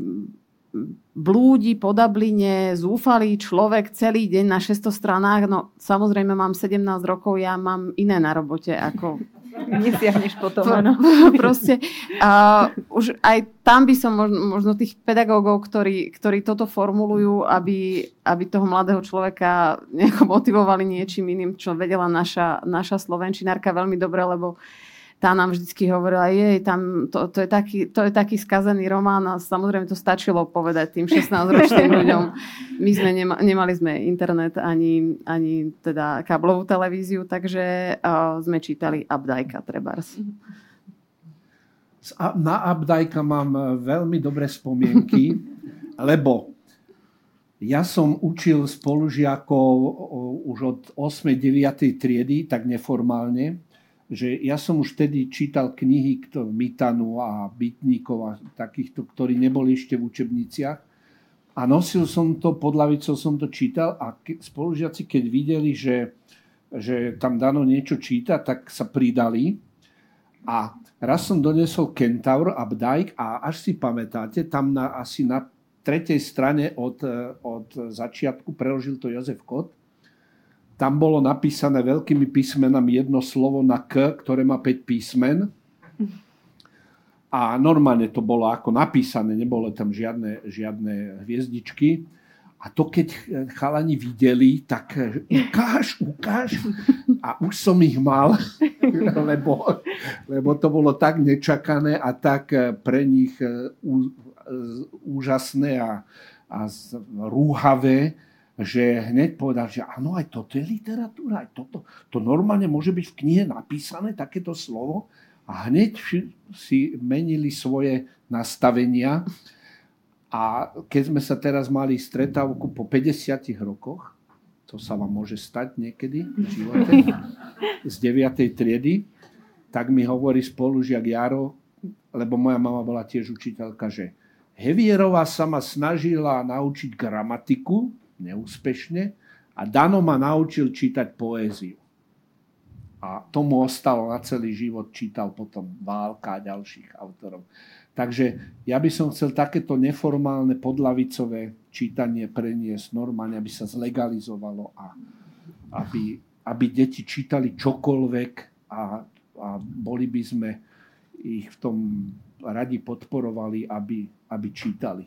blúdi po Dubline, zúfalý človek celý deň na šesťsto stranách. No samozrejme mám sedemnásť rokov, ja mám iné na robote ako... Nesiahneš potom, áno. Proste. A už aj tam by som možno, možno tých pedagógov, ktorí, ktorí toto formulujú, aby, aby toho mladého človeka nejako motivovali niečím iným, čo vedela naša, naša slovenčinárka veľmi dobre, lebo tá nám vždycky hovorila, jej, tam, to, to, je taký, to je taký skazený román a samozrejme to stačilo povedať tým šestnásťročným ľuďom. My sme nema, nemali sme internet ani, ani teda káblovú televíziu, takže uh, sme čítali Abdajka trebárs. Na Abdajka mám veľmi dobré spomienky, lebo ja som učil spolužiakov už od ôsmej deviatej triedy, tak neformálne, že ja som už vtedy čítal knihy Mitanu a Bytníkov a takýchto, ktorí neboli ešte v učebniciach. A nosil som to, pod lavicou som to čítal a ke, spolužiaci, keď videli, že, že tam Dano niečo číta, tak sa pridali. A raz som donesol Kentaur Abdajk a až si pamätáte, tam na, asi na tretej strane od, od začiatku preložil to Jozef Kot. Tam bolo napísané veľkými písmenami jedno slovo na K, ktoré má päť písmen. A normálne to bolo ako napísané, nebolo tam žiadne, žiadne hviezdičky. A to keď chalani videli, tak ukáž, ukáž. A už som ich mal, lebo, lebo to bolo tak nečakané a tak pre nich ú, úžasné a, a rúhavé, že hneď povedal, že áno, aj toto je literatúra, aj toto. To normálne môže byť v knihe napísané, takéto slovo. A hneď si menili svoje nastavenia. A keď sme sa teraz mali stretávku po päťdesiatich rokoch, to sa vám môže stať niekedy v živote, z deviatej triedy, tak mi hovorí spolužiak Jaro, lebo moja mama bola tiež učiteľka, že Hevierová sa ma snažila naučiť gramatiku, neúspešne. A Dano ma naučil čítať poéziu. A tomu ostalo na celý život, čítal potom Válka a ďalších autorov. Takže ja by som chcel takéto neformálne podlavicové čítanie preniesť normálne, aby sa zlegalizovalo a aby, aby deti čítali čokoľvek a, a boli by sme ich v tom radi podporovali, aby, aby čítali.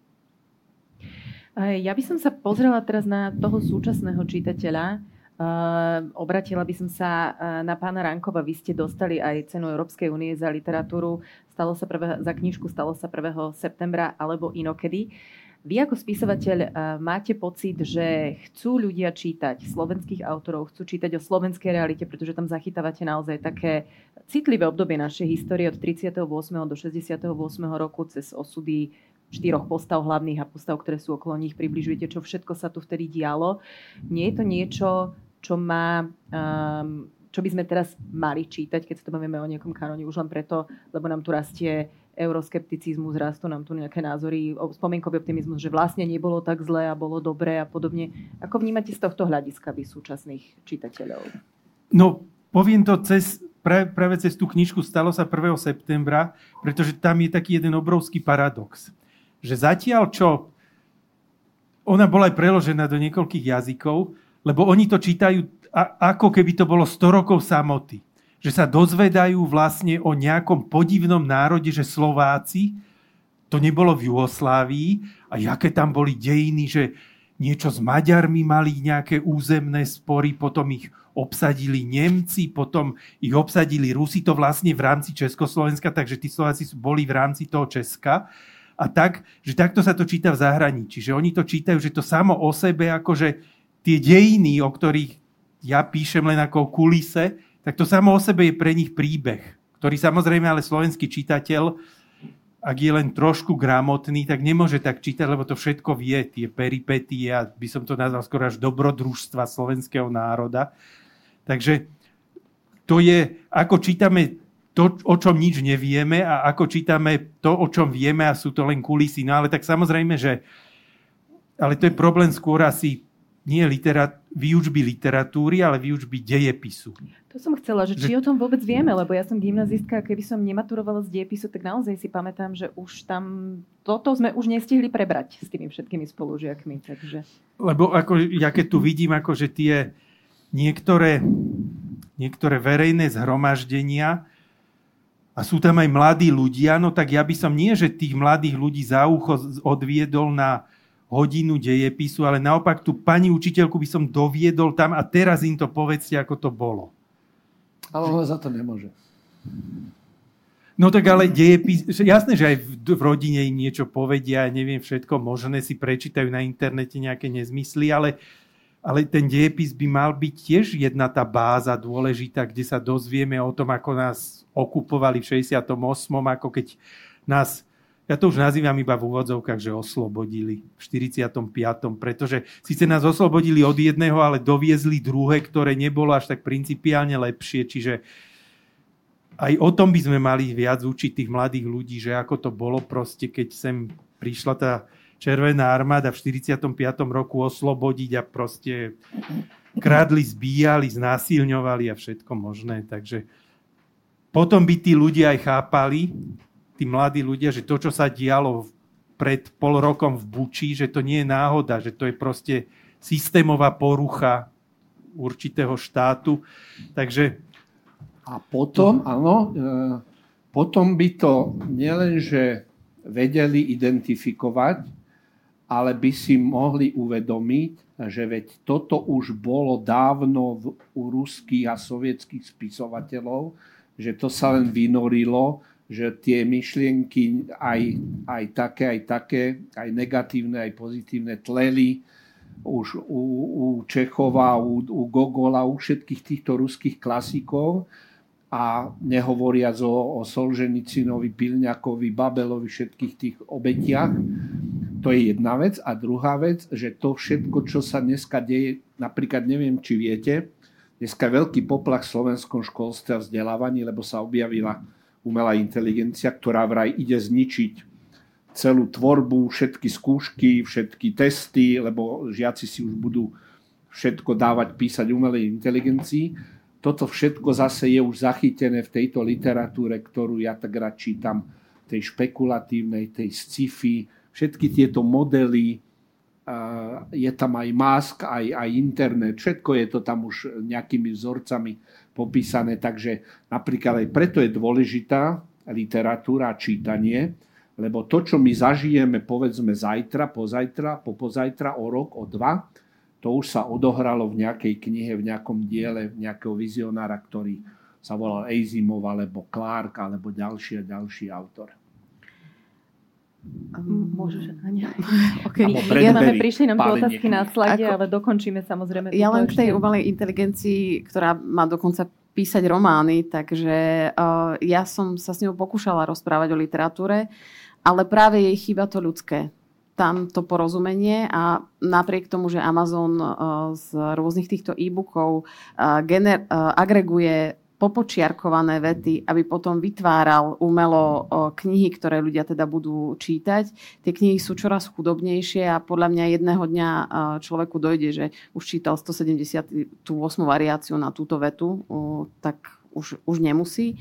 Ja by som sa pozrela teraz na toho súčasného čitateľa. Uh, obratila by som sa uh, na pána Rankova. Vy ste dostali aj cenu Európskej únie za literatúru. Stalo sa prvého, za knižku stalo sa prvého septembra alebo inokedy. Vy ako spisovateľ uh, máte pocit, že chcú ľudia čítať slovenských autorov, chcú čítať o slovenskej realite, pretože tam zachytávate naozaj také citlivé obdobie našej histórie od tridsiateho ôsmeho do šesťdesiateho ôsmeho roku cez osudy štyroch postav hlavných a postav, ktoré sú okolo nich. Približujete, čo všetko sa tu vtedy dialo. Nie je to niečo, čo má, um, čo by sme teraz mali čítať, keď sa to bavíme o nejakom kanóne, už len preto, lebo nám tu rastie euroskepticizmus, rastú nám tu nejaké názory, spomienkový optimizmus, že vlastne nebolo tak zlé a bolo dobré a podobne. Ako vnímate z tohto hľadiska vy súčasných čitateľov? No, poviem to cez, práve cez tú knižku Stalo sa prvého septembra, pretože tam je taký jeden obrovský paradox. Že zatiaľ, čo ona bola aj preložená do niekoľkých jazykov, lebo oni to čítajú ako keby to bolo sto rokov samoty. Že sa dozvedajú vlastne o nejakom podivnom národe, že Slováci, to nebolo v Juhoslávii, a aké tam boli dejiny, že niečo s Maďarmi mali nejaké územné spory, potom ich obsadili Nemci, potom ich obsadili Rusi, to vlastne v rámci Československa, takže tí Slováci boli v rámci toho Česka. A tak, že takto sa to číta v zahraničí. Že oni to čítajú, že to samo o sebe, akože tie dejiny, o ktorých ja píšem len ako kulise, tak to samo o sebe je pre nich príbeh, ktorý samozrejme ale slovenský čitateľ, ak je len trošku gramotný, tak nemôže tak čítať, lebo to všetko vie, tie peripetie, a by som to nazval skoro až dobrodružstva slovenského národa. Takže to je, ako čítame to, o čom nič nevieme, a ako čítame to, o čom vieme, a sú to len kulisy. No ale tak samozrejme, že ale to je problém skôr asi nie literat, výučby literatúry, ale výučby dejepisu. To som chcela, že či že... o tom vôbec vieme, lebo ja som gymnazistka, keby som nematurovala z dejepisu, tak naozaj si pamätám, že už tam toto sme už nestihli prebrať s tými všetkými spolužiakmi. Takže... Lebo ako, ja keď tu vidím, ako, že tie niektoré, niektoré verejné zhromaždenia, a sú tam aj mladí ľudia, no tak ja by som nie, že tých mladých ľudí za ucho odviedol na hodinu dejepisu, ale naopak tú pani učiteľku by som doviedol tam a teraz im to povedzte, ako to bolo. Ale ona za to nemôže. No tak ale dejepis, jasné, že aj v, v rodine im niečo povedia, neviem, všetko možné, si prečítajú na internete nejaké nezmysly, ale, ale ten dejepis by mal byť tiež jedna tá báza dôležitá, kde sa dozvieme o tom, ako nás okupovali v šesťdesiatom ôsmom, ako keď nás, ja to už nazývam iba v úvodzovkách, že oslobodili v štyridsiatom piatom pretože síce nás oslobodili od jedného, ale doviezli druhé, ktoré nebolo až tak principiálne lepšie, čiže aj o tom by sme mali viac učiť tých mladých ľudí, že ako to bolo proste, keď sem prišla tá Červená armáda v štyridsiatom piatom roku oslobodiť a proste kradli, zbíjali, znásilňovali a všetko možné, takže potom by tí ľudia aj chápali, tí mladí ľudia, že to, čo sa dialo pred pol rokom v Buči, že to nie je náhoda, že to je proste systémová porucha určitého štátu. Takže... A potom, áno, potom by to nielenže vedeli identifikovať, ale by si mohli uvedomiť, že veď toto už bolo dávno v, u ruských a sovietských spisovateľov, že to sa len vynorilo, že tie myšlienky aj, aj také, aj také, aj negatívne, aj pozitívne tleli už u, u Čechova, u, u Gogola, u všetkých týchto ruských klasikov a nehovoriac o, o Solženicinovi, Pilňakovi, Babelovi, všetkých tých obetiach. To je jedna vec. A druhá vec, že to všetko, čo sa dneska deje, napríklad neviem, či viete, dneska je veľký poplach v slovenskom školstve a vzdelávaní, lebo sa objavila umelá inteligencia, ktorá vraj ide zničiť celú tvorbu, všetky skúšky, všetky testy, lebo žiaci si už budú všetko dávať, písať umelej inteligencii. Toto všetko zase je už zachytené v tejto literatúre, ktorú ja tak rád čítam, tej špekulatívnej, tej sci-fi, všetky tieto modely, je tam aj Musk, aj, aj internet, všetko je to tam už nejakými vzorcami popísané, takže napríklad aj preto je dôležitá literatúra a čítanie, lebo to, čo my zažijeme, povedzme zajtra, pozajtra, popozajtra, o rok, o dva, to už sa odohralo v nejakej knihe, v nejakom diele, nejakého vizionára, ktorý sa volal Asimov, alebo Clark, alebo ďalší a ďalší autor. Môžeš, Ania. Okay. Ja máme, prišli nám tu otázky na slide, Ako... ale dokončíme samozrejme. Ja len k tej umelej inteligencii, ktorá má dokonca písať romány, takže uh, ja som sa s ňou pokúšala rozprávať o literatúre, ale práve jej chýba to ľudské. Tam to porozumenie a napriek tomu, že Amazon uh, z rôznych týchto e-bookov uh, gener- uh, agreguje popočiarkované vety, aby potom vytváral umelo knihy, ktoré ľudia teda budú čítať. Tie knihy sú čoraz chudobnejšie a podľa mňa jedného dňa človeku dojde, že už čítal stosedemdesiatu ôsmu variáciu na túto vetu, tak už, už nemusí.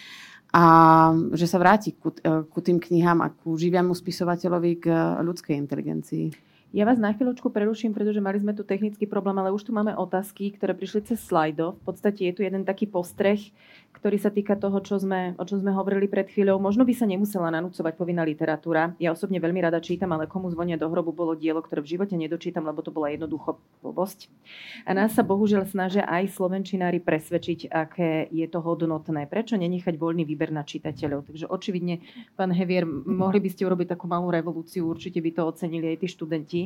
A že sa vráti ku, ku tým knihám a ku živému spisovateľovi k ľudskej inteligencii. Ja vás na chvíľočku preruším, pretože mali sme tu technický problém, ale už tu máme otázky, ktoré prišli cez slajdo. V podstate je tu jeden taký postreh, ktorý sa týka toho, čo sme, o čom sme hovorili pred chvíľou. Možno by sa nemusela nanúcovať povinná literatúra. Ja osobne veľmi rada čítam, ale Komu zvonia do hrobu bolo dielo, ktoré v živote nedočítam, lebo to bola jednoducho blbosť. A nás sa bohužiaľ snažia aj slovenčinári presvedčiť, aké je to hodnotné. Prečo nenechať voľný výber na čitateľov? Takže očividne, pán Hevier, mohli by ste urobiť takú malú revolúciu, určite by to ocenili aj tí študenti.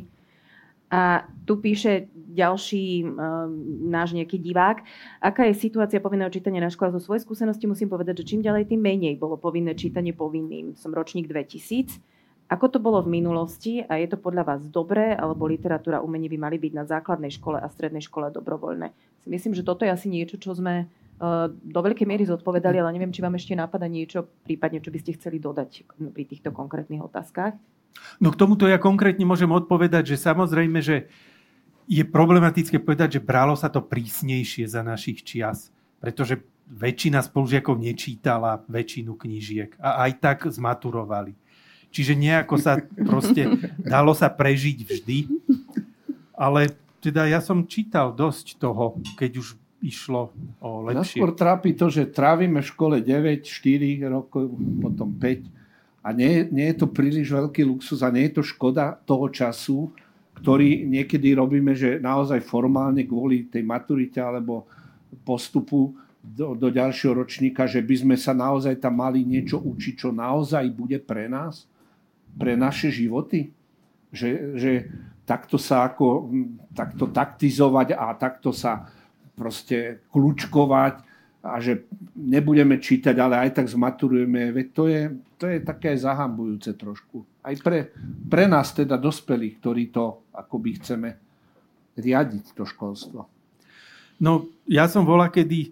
A tu píše ďalší um, náš nejaký divák. Aká je situácia povinného čítania na školách? Zo svojej skúsenosti musím povedať, že čím ďalej, tým menej bolo povinné čítanie povinným. Som ročník dvetisíc. Ako to bolo v minulosti a je to podľa vás dobré, alebo literatúra, umenie by mali byť na základnej škole a strednej škole dobrovoľné? Myslím, že toto je asi niečo, čo sme uh, do veľkej miery zodpovedali, ale neviem, či vám ešte napadá niečo, prípadne, čo by ste chceli dodať pri týchto konkrétnych otázkach. No k tomuto ja konkrétne môžem odpovedať, že samozrejme, že je problematické povedať, že bralo sa to prísnejšie za našich čias, pretože väčšina spolužiakov nečítala väčšinu knížiek a aj tak zmaturovali. Čiže nejako sa proste dalo sa prežiť vždy, ale teda ja som čítal dosť toho, keď už išlo o lepšie. Naskôr trápi to, že trávime v škole deväť, štyri rokov, potom päť. A nie, nie je to príliš veľký luxus a nie je to škoda toho času, ktorý niekedy robíme, že naozaj formálne kvôli tej maturite alebo postupu do, do ďalšieho ročníka, že by sme sa naozaj tam mali niečo učiť, čo naozaj bude pre nás, pre naše životy. Že, že takto sa ako, takto taktizovať a takto sa proste kľúčkovať a že nebudeme čítať, ale aj tak zmaturujeme. Veď to je, to je také zahambujúce trošku. Aj pre, pre nás teda dospelých, ktorí to akoby chceme riadiť, to školstvo. No, ja som bola, kedy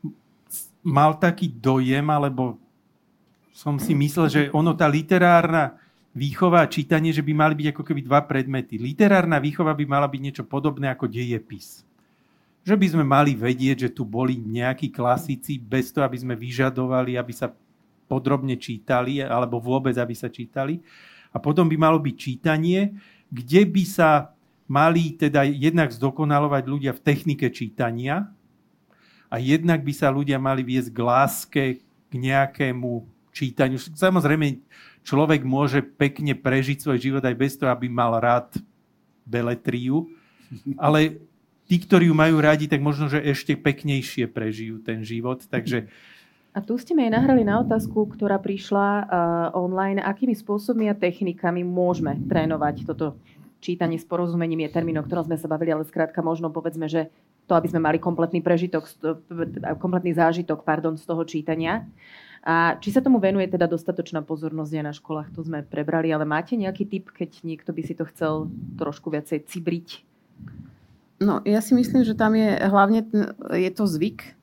mal taký dojem, alebo som si myslel, že ono, tá literárna výchova a čítanie, že by mali byť ako keby dva predmety. Literárna výchova by mala byť niečo podobné ako dejepis. Že by sme mali vedieť, že tu boli nejakí klasici bez toho, aby sme vyžadovali, aby sa podrobne čítali, alebo vôbec, aby sa čítali. A potom by malo byť čítanie, kde by sa mali teda jednak zdokonalovať ľudia v technike čítania a jednak by sa ľudia mali viesť k láske k nejakému čítaniu. Samozrejme, človek môže pekne prežiť svoj život aj bez toho, aby mal rád beletriu, ale tí, ktorí ju majú rádi, tak možno, že ešte peknejšie prežijú ten život. Takže... A tu ste mi aj nahrali na otázku, ktorá prišla uh, online. Akými spôsobmi a technikami môžeme trénovať toto čítanie s porozumením, je termín, o ktorom sme sa bavili, ale skrátka možno povedzme, že to, aby sme mali kompletný prežitok, kompletný zážitok pardon, z toho čítania. A či sa tomu venuje teda dostatočná pozornosť aj na školách, to sme prebrali, ale máte nejaký tip, keď niekto by si to chcel trošku viacej cibriť? No, ja si myslím, že tam je hlavne, je to zvyk.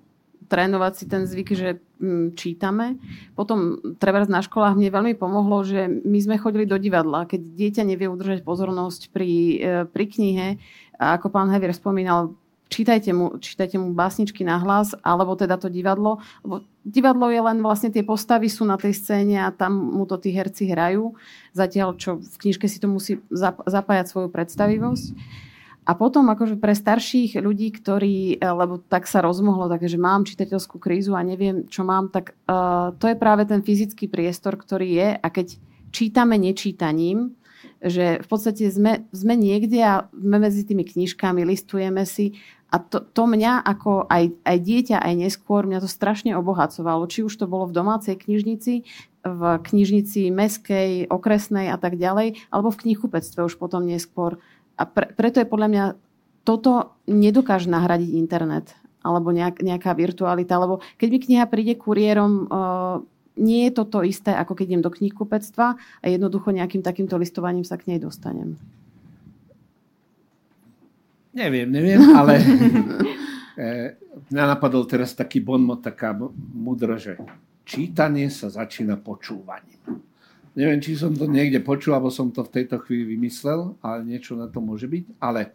trénovať si ten zvyk, že mm, čítame. Potom treba na školách mne veľmi pomohlo, že my sme chodili do divadla. Keď dieťa nevie udržať pozornosť pri, pri knihe, a ako pán Hevier spomínal, čítajte mu, čítajte mu básničky na hlas, alebo teda to divadlo. Lebo divadlo je len vlastne tie postavy sú na tej scéne a tam mu to tí herci hrajú. Zatiaľ, čo v knižke si to musí zapájať svoju predstavivosť. A potom akože pre starších ľudí, ktorí, lebo tak sa rozmohlo, takže mám čitateľskú krízu a neviem, čo mám, tak uh, to je práve ten fyzický priestor, ktorý je. A keď čítame nečítaním, že v podstate sme, sme niekde a sme medzi tými knižkami, listujeme si a to, to mňa ako aj, aj dieťa, aj neskôr, mňa to strašne obohacovalo. Či už to bolo v domácej knižnici, v knižnici mestskej, okresnej a tak ďalej, alebo v knihkupectve už potom neskôr. A pre, preto je podľa mňa toto nedokáže nahradiť internet alebo nejak, nejaká virtualita, lebo keď mi kniha príde kuriérom, uh, nie je to to isté, ako keď idem do knihkupectva a jednoducho nejakým takýmto listovaním sa k nej dostanem. Neviem, neviem, ale mňa napadol teraz taký bonmot, taká múdra, že čítanie sa začína počúvaním. Neviem, či som to niekde počul, alebo som to v tejto chvíli vymyslel, ale niečo na to môže byť. Ale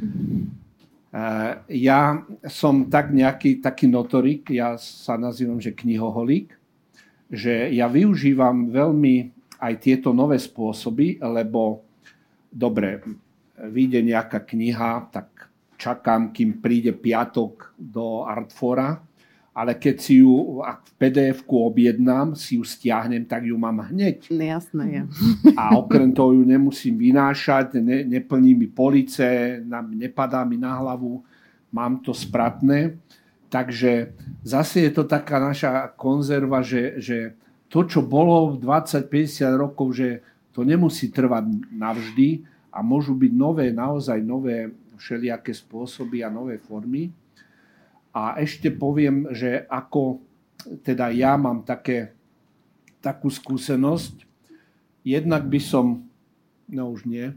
ja som tak nejaký taký notorik, ja sa nazývam, že knihoholík, že ja využívam veľmi aj tieto nové spôsoby, lebo dobre, vyjde nejaká kniha, tak čakám, kým príde piatok do Artfora, ale keď si ju v pé dé efku objednám, si ju stiahnem, tak ju mám hneď. Jasné je. A okrem toho ju nemusím vynášať, ne, neplní mi police, nepadá mi na hlavu, mám to spratné. Takže zase je to taká naša konzerva, že, že to, čo bolo v dvadsať päťdesiat rokov, že to nemusí trvať navždy a môžu byť nové, naozaj nové všelijaké spôsoby a nové formy. A ešte poviem, že ako teda ja mám také, takú skúsenosť, jednak by som, no už nie,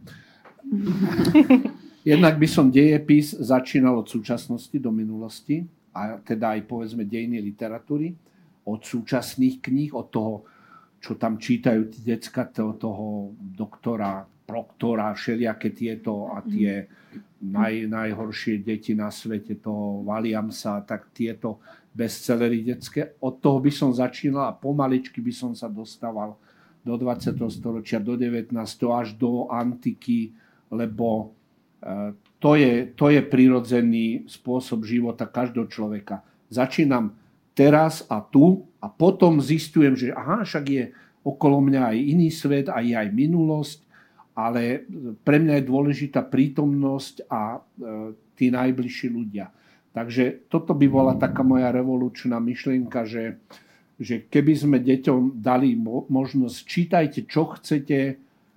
jednak by som dejepis začínal od súčasnosti do minulosti, a teda aj povedzme dejiny literatúry, od súčasných kníh, od toho, čo tam čítajú tí decka, toho, toho doktora, proktora, všelijaké tieto a tie naj, najhoršie deti na svete, toho Williamsa, tak tieto bestsellery detské. Od toho by som začínal a pomaličky by som sa dostával do dvadsiateho storočia, do devätnásteho až do antiky, lebo e, to je, to je prirodzený spôsob života každého človeka. Začínam teraz a tu a potom zistujem, že aha, však je okolo mňa aj iný svet, aj aj minulosť, ale pre mňa je dôležitá prítomnosť a e, tí najbližší ľudia. Takže toto by bola taká moja revolučná myšlienka, že, že keby sme deťom dali mo- možnosť, čítajte, čo chcete,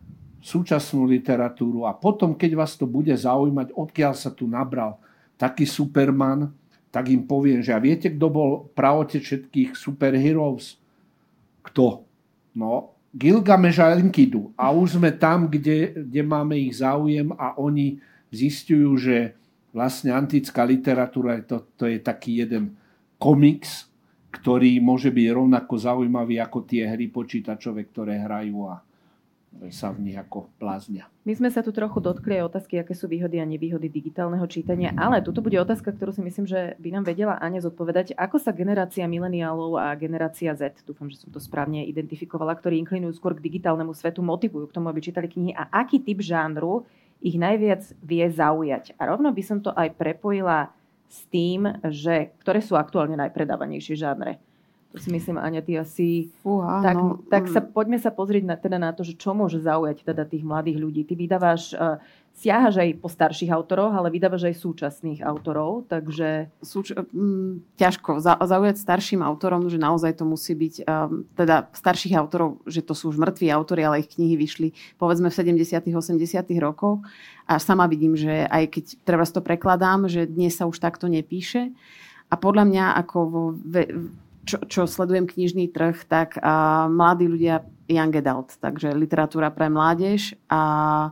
súčasnú literatúru a potom, keď vás to bude zaujímať, odkiaľ sa tu nabral taký Superman, tak im poviem, že a viete, kto bol praotec všetkých superheroes? Kto? No, Gilgameš a Enkidu. A už sme tam, kde, kde máme ich záujem a oni zistujú, že vlastne antická literatúra to, to je taký jeden komiks, ktorý môže byť rovnako zaujímavý ako tie hry počítačové, ktoré hrajú a sa v nich ako bláznia. My sme sa tu trochu dotkli aj otázky, aké sú výhody a nevýhody digitálneho čítania, ale tuto bude otázka, ktorú si myslím, že by nám vedela Aňa zodpovedať. Ako sa generácia mileniálov a generácia Z, dúfam, že som to správne identifikovala, ktorí inklinujú skôr k digitálnemu svetu, motivujú k tomu, aby čítali knihy a aký typ žánru ich najviac vie zaujať. A rovno by som to aj prepojila s tým, že ktoré sú aktuálne najpredávanejšie žánre. To si myslím, Aňa, ty asi... Fúha, tak, no. tak sa poďme sa pozrieť na, teda na to, že čo môže zaujať teda tých mladých ľudí. Ty vydávaš, uh, siahaš aj po starších autoroch, ale vydávaš aj súčasných autorov, takže... Súč- m, ťažko za, zaujať starším autorom, že naozaj to musí byť, um, teda starších autorov, že to sú už mŕtvi autori, ale ich knihy vyšli povedzme v sedemdesiatych osemdesiatych rokoch. A sama vidím, že aj keď treba to prekladám, že dnes sa už takto nepíše. A podľa mňa ako vo... Ve, Čo, čo sledujem knižný trh, tak a, mladí ľudia young adult, takže literatúra pre mládež a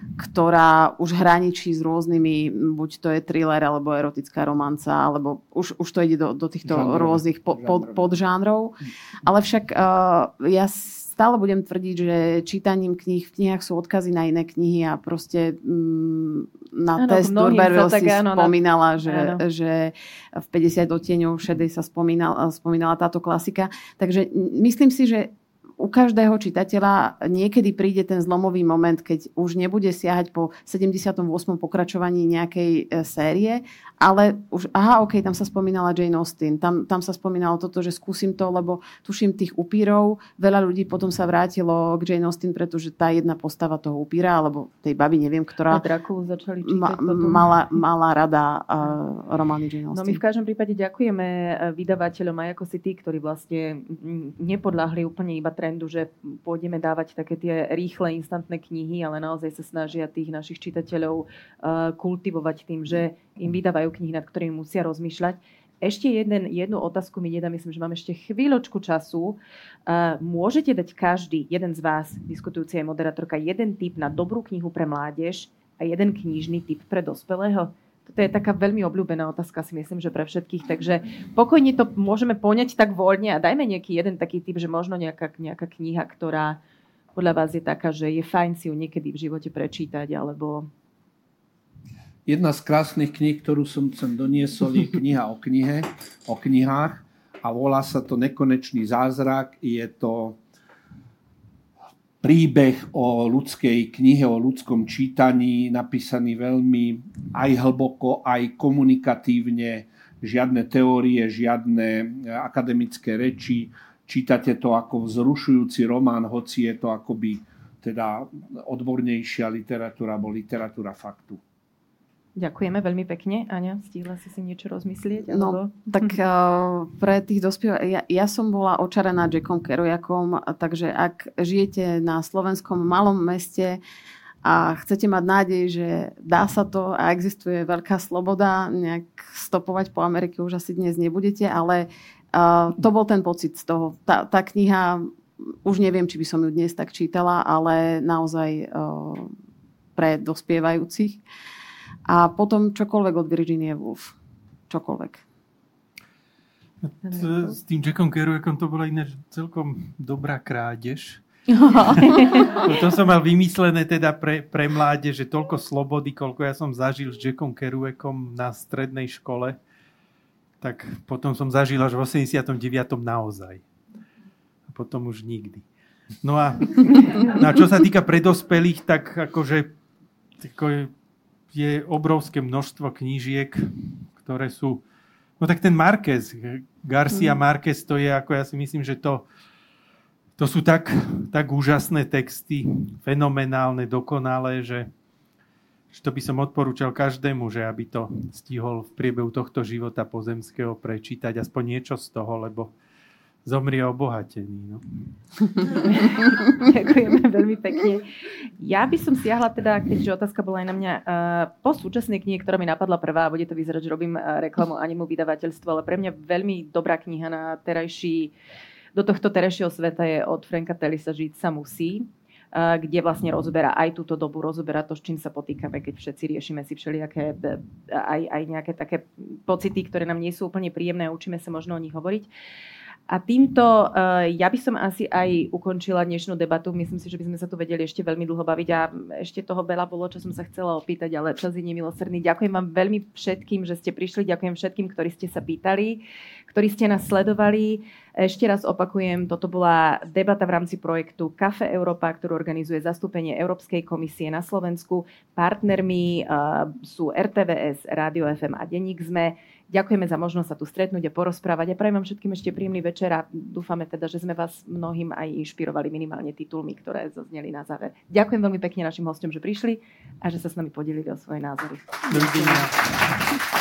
ktorá už hraničí s rôznymi, buď to je thriller, alebo erotická romanca, alebo už, už to ide do, do týchto žánrov, rôznych po, pod, podžánrov. Ale však uh, ja stále budem tvrdiť, že čítaním kníh, v knihách sú odkazy na iné knihy a proste mm, na ano, test Durberville si áno, spomínala, na... že, že v päťdesiat odtieňov šedej sa spomínala, spomínala táto klasika. Takže myslím si, že u každého čitateľa niekedy príde ten zlomový moment, keď už nebude siahať po sedemdesiatom ôsmom pokračovaní nejakej e, série, ale už, aha, ok, tam sa spomínala Jane Austen, tam, tam sa spomínalo toto, že skúsim to, lebo tuším tých upírov, veľa ľudí potom sa vrátilo k Jane Austen, pretože tá jedna postava toho upíra, alebo tej baby, neviem, ktorá Drakulu začali čítať ma, mala, mala rada uh, romány Jane Austen. No my v každom prípade ďakujeme vydavateľom aj ako si tí, ktorí vlastne nepodľahli úplne iba trend, že pôjdeme dávať také tie rýchle, instantné knihy, ale naozaj sa snažia tých našich čitateľov uh, kultivovať tým, že im vydávajú knihy, nad ktorými musia rozmýšľať. Ešte jeden, jednu otázku mi nedá, myslím, že máme ešte chvíľočku času. Uh, môžete dať každý, jeden z vás, diskutujúci aj moderátorka, jeden tip na dobrú knihu pre mládež a jeden knižný tip pre dospelého? To je taká veľmi obľúbená otázka, si myslím, že pre všetkých. Takže pokojne to môžeme poňať tak voľne a dajme nejaký jeden taký typ, že možno nejaká, nejaká kniha, ktorá podľa vás je taká, že je fajn si ju niekedy v živote prečítať, alebo... Jedna z krásnych kníh, ktorú som sem doniesol, je kniha o knihe, o knihách a volá sa to Nekonečný zázrak. Je to príbeh o ľudskej knihe, o ľudskom čítaní, napísaný veľmi aj hlboko, aj komunikatívne, žiadne teórie, žiadne akademické reči. Čítate to ako vzrušujúci román, hoci je to akoby teda odbornejšia literatúra, alebo literatúra faktu. Ďakujeme veľmi pekne. Aňa, stihla si si niečo rozmyslieť? Alebo... No, tak uh, pre tých dospelých, ja, ja som bola očarená Jackom Kerouacom, takže ak žijete na slovenskom malom meste a chcete mať nádej, že dá sa to a existuje veľká sloboda, nejak stopovať po Amerike už asi dnes nebudete, ale uh, to bol ten pocit z toho. Tá, tá kniha, už neviem, či by som ju dnes tak čítala, ale naozaj uh, pre dospievajúcich. A potom čokoľvek od Virginie Woolf. Čokoľvek. S tým Jackom Kerouacom to bola iné celkom dobrá krádež. To som mal vymyslené teda pre, pre mládež, že toľko slobody, koľko ja som zažil s Jackom Kerouacom na strednej škole, tak potom som zažil až v osemdesiatom deviatom naozaj. A potom už nikdy. No a, no a čo sa týka predospelých, tak akože tako, je obrovské množstvo knížiek, ktoré sú... No tak ten Márquez, Garcia Márquez, to je ako, ja si myslím, že to, to sú tak, tak úžasné texty, fenomenálne, dokonalé, že, že to by som odporúčal každému, že aby to stihol v priebehu tohto života pozemského prečítať, aspoň niečo z toho, lebo zomrie obohatený. No. Ďakujeme veľmi pekne. Ja by som siahla teda, keďže otázka bola aj na mňa, uh, po súčasnej knihe, ktorá mi napadla prvá, bude to vyzerať, že robím uh, reklamu Animu vydavateľstvu, ale pre mňa veľmi dobrá kniha na terajší, do tohto terajšieho sveta je od Franka Tellisa Žiť sa musí, uh, kde vlastne rozoberá aj túto dobu, rozoberá to, s čím sa potýkame, keď všetci riešime si všelijaké, aj, aj nejaké také pocity, ktoré nám nie sú úplne príjemné a učíme sa možno o nich hovoriť. A týmto uh, ja by som asi aj ukončila dnešnú debatu. Myslím si, že by sme sa tu vedeli ešte veľmi dlho baviť a ešte toho veľa bolo, čo som sa chcela opýtať, ale čas je nemilosrdný. Ďakujem vám veľmi všetkým, že ste prišli. Ďakujem všetkým, ktorí ste sa pýtali, ktorí ste nás sledovali. Ešte raz opakujem, toto bola debata v rámci projektu Kafe Európa, ktorú organizuje zastúpenie Európskej komisie na Slovensku. Partnermi uh, sú er té vé es, Rádio ef em a Denník Sme. Ďakujeme za možnosť sa tu stretnúť a porozprávať. A prajem vám všetkým ešte príjemný večer a dúfame teda, že sme vás mnohým aj inšpirovali minimálne titulmi, ktoré zazneli na záver. Ďakujem veľmi pekne našim hosťom, že prišli a že sa s nami podelili o svoje názory. Dovidenia.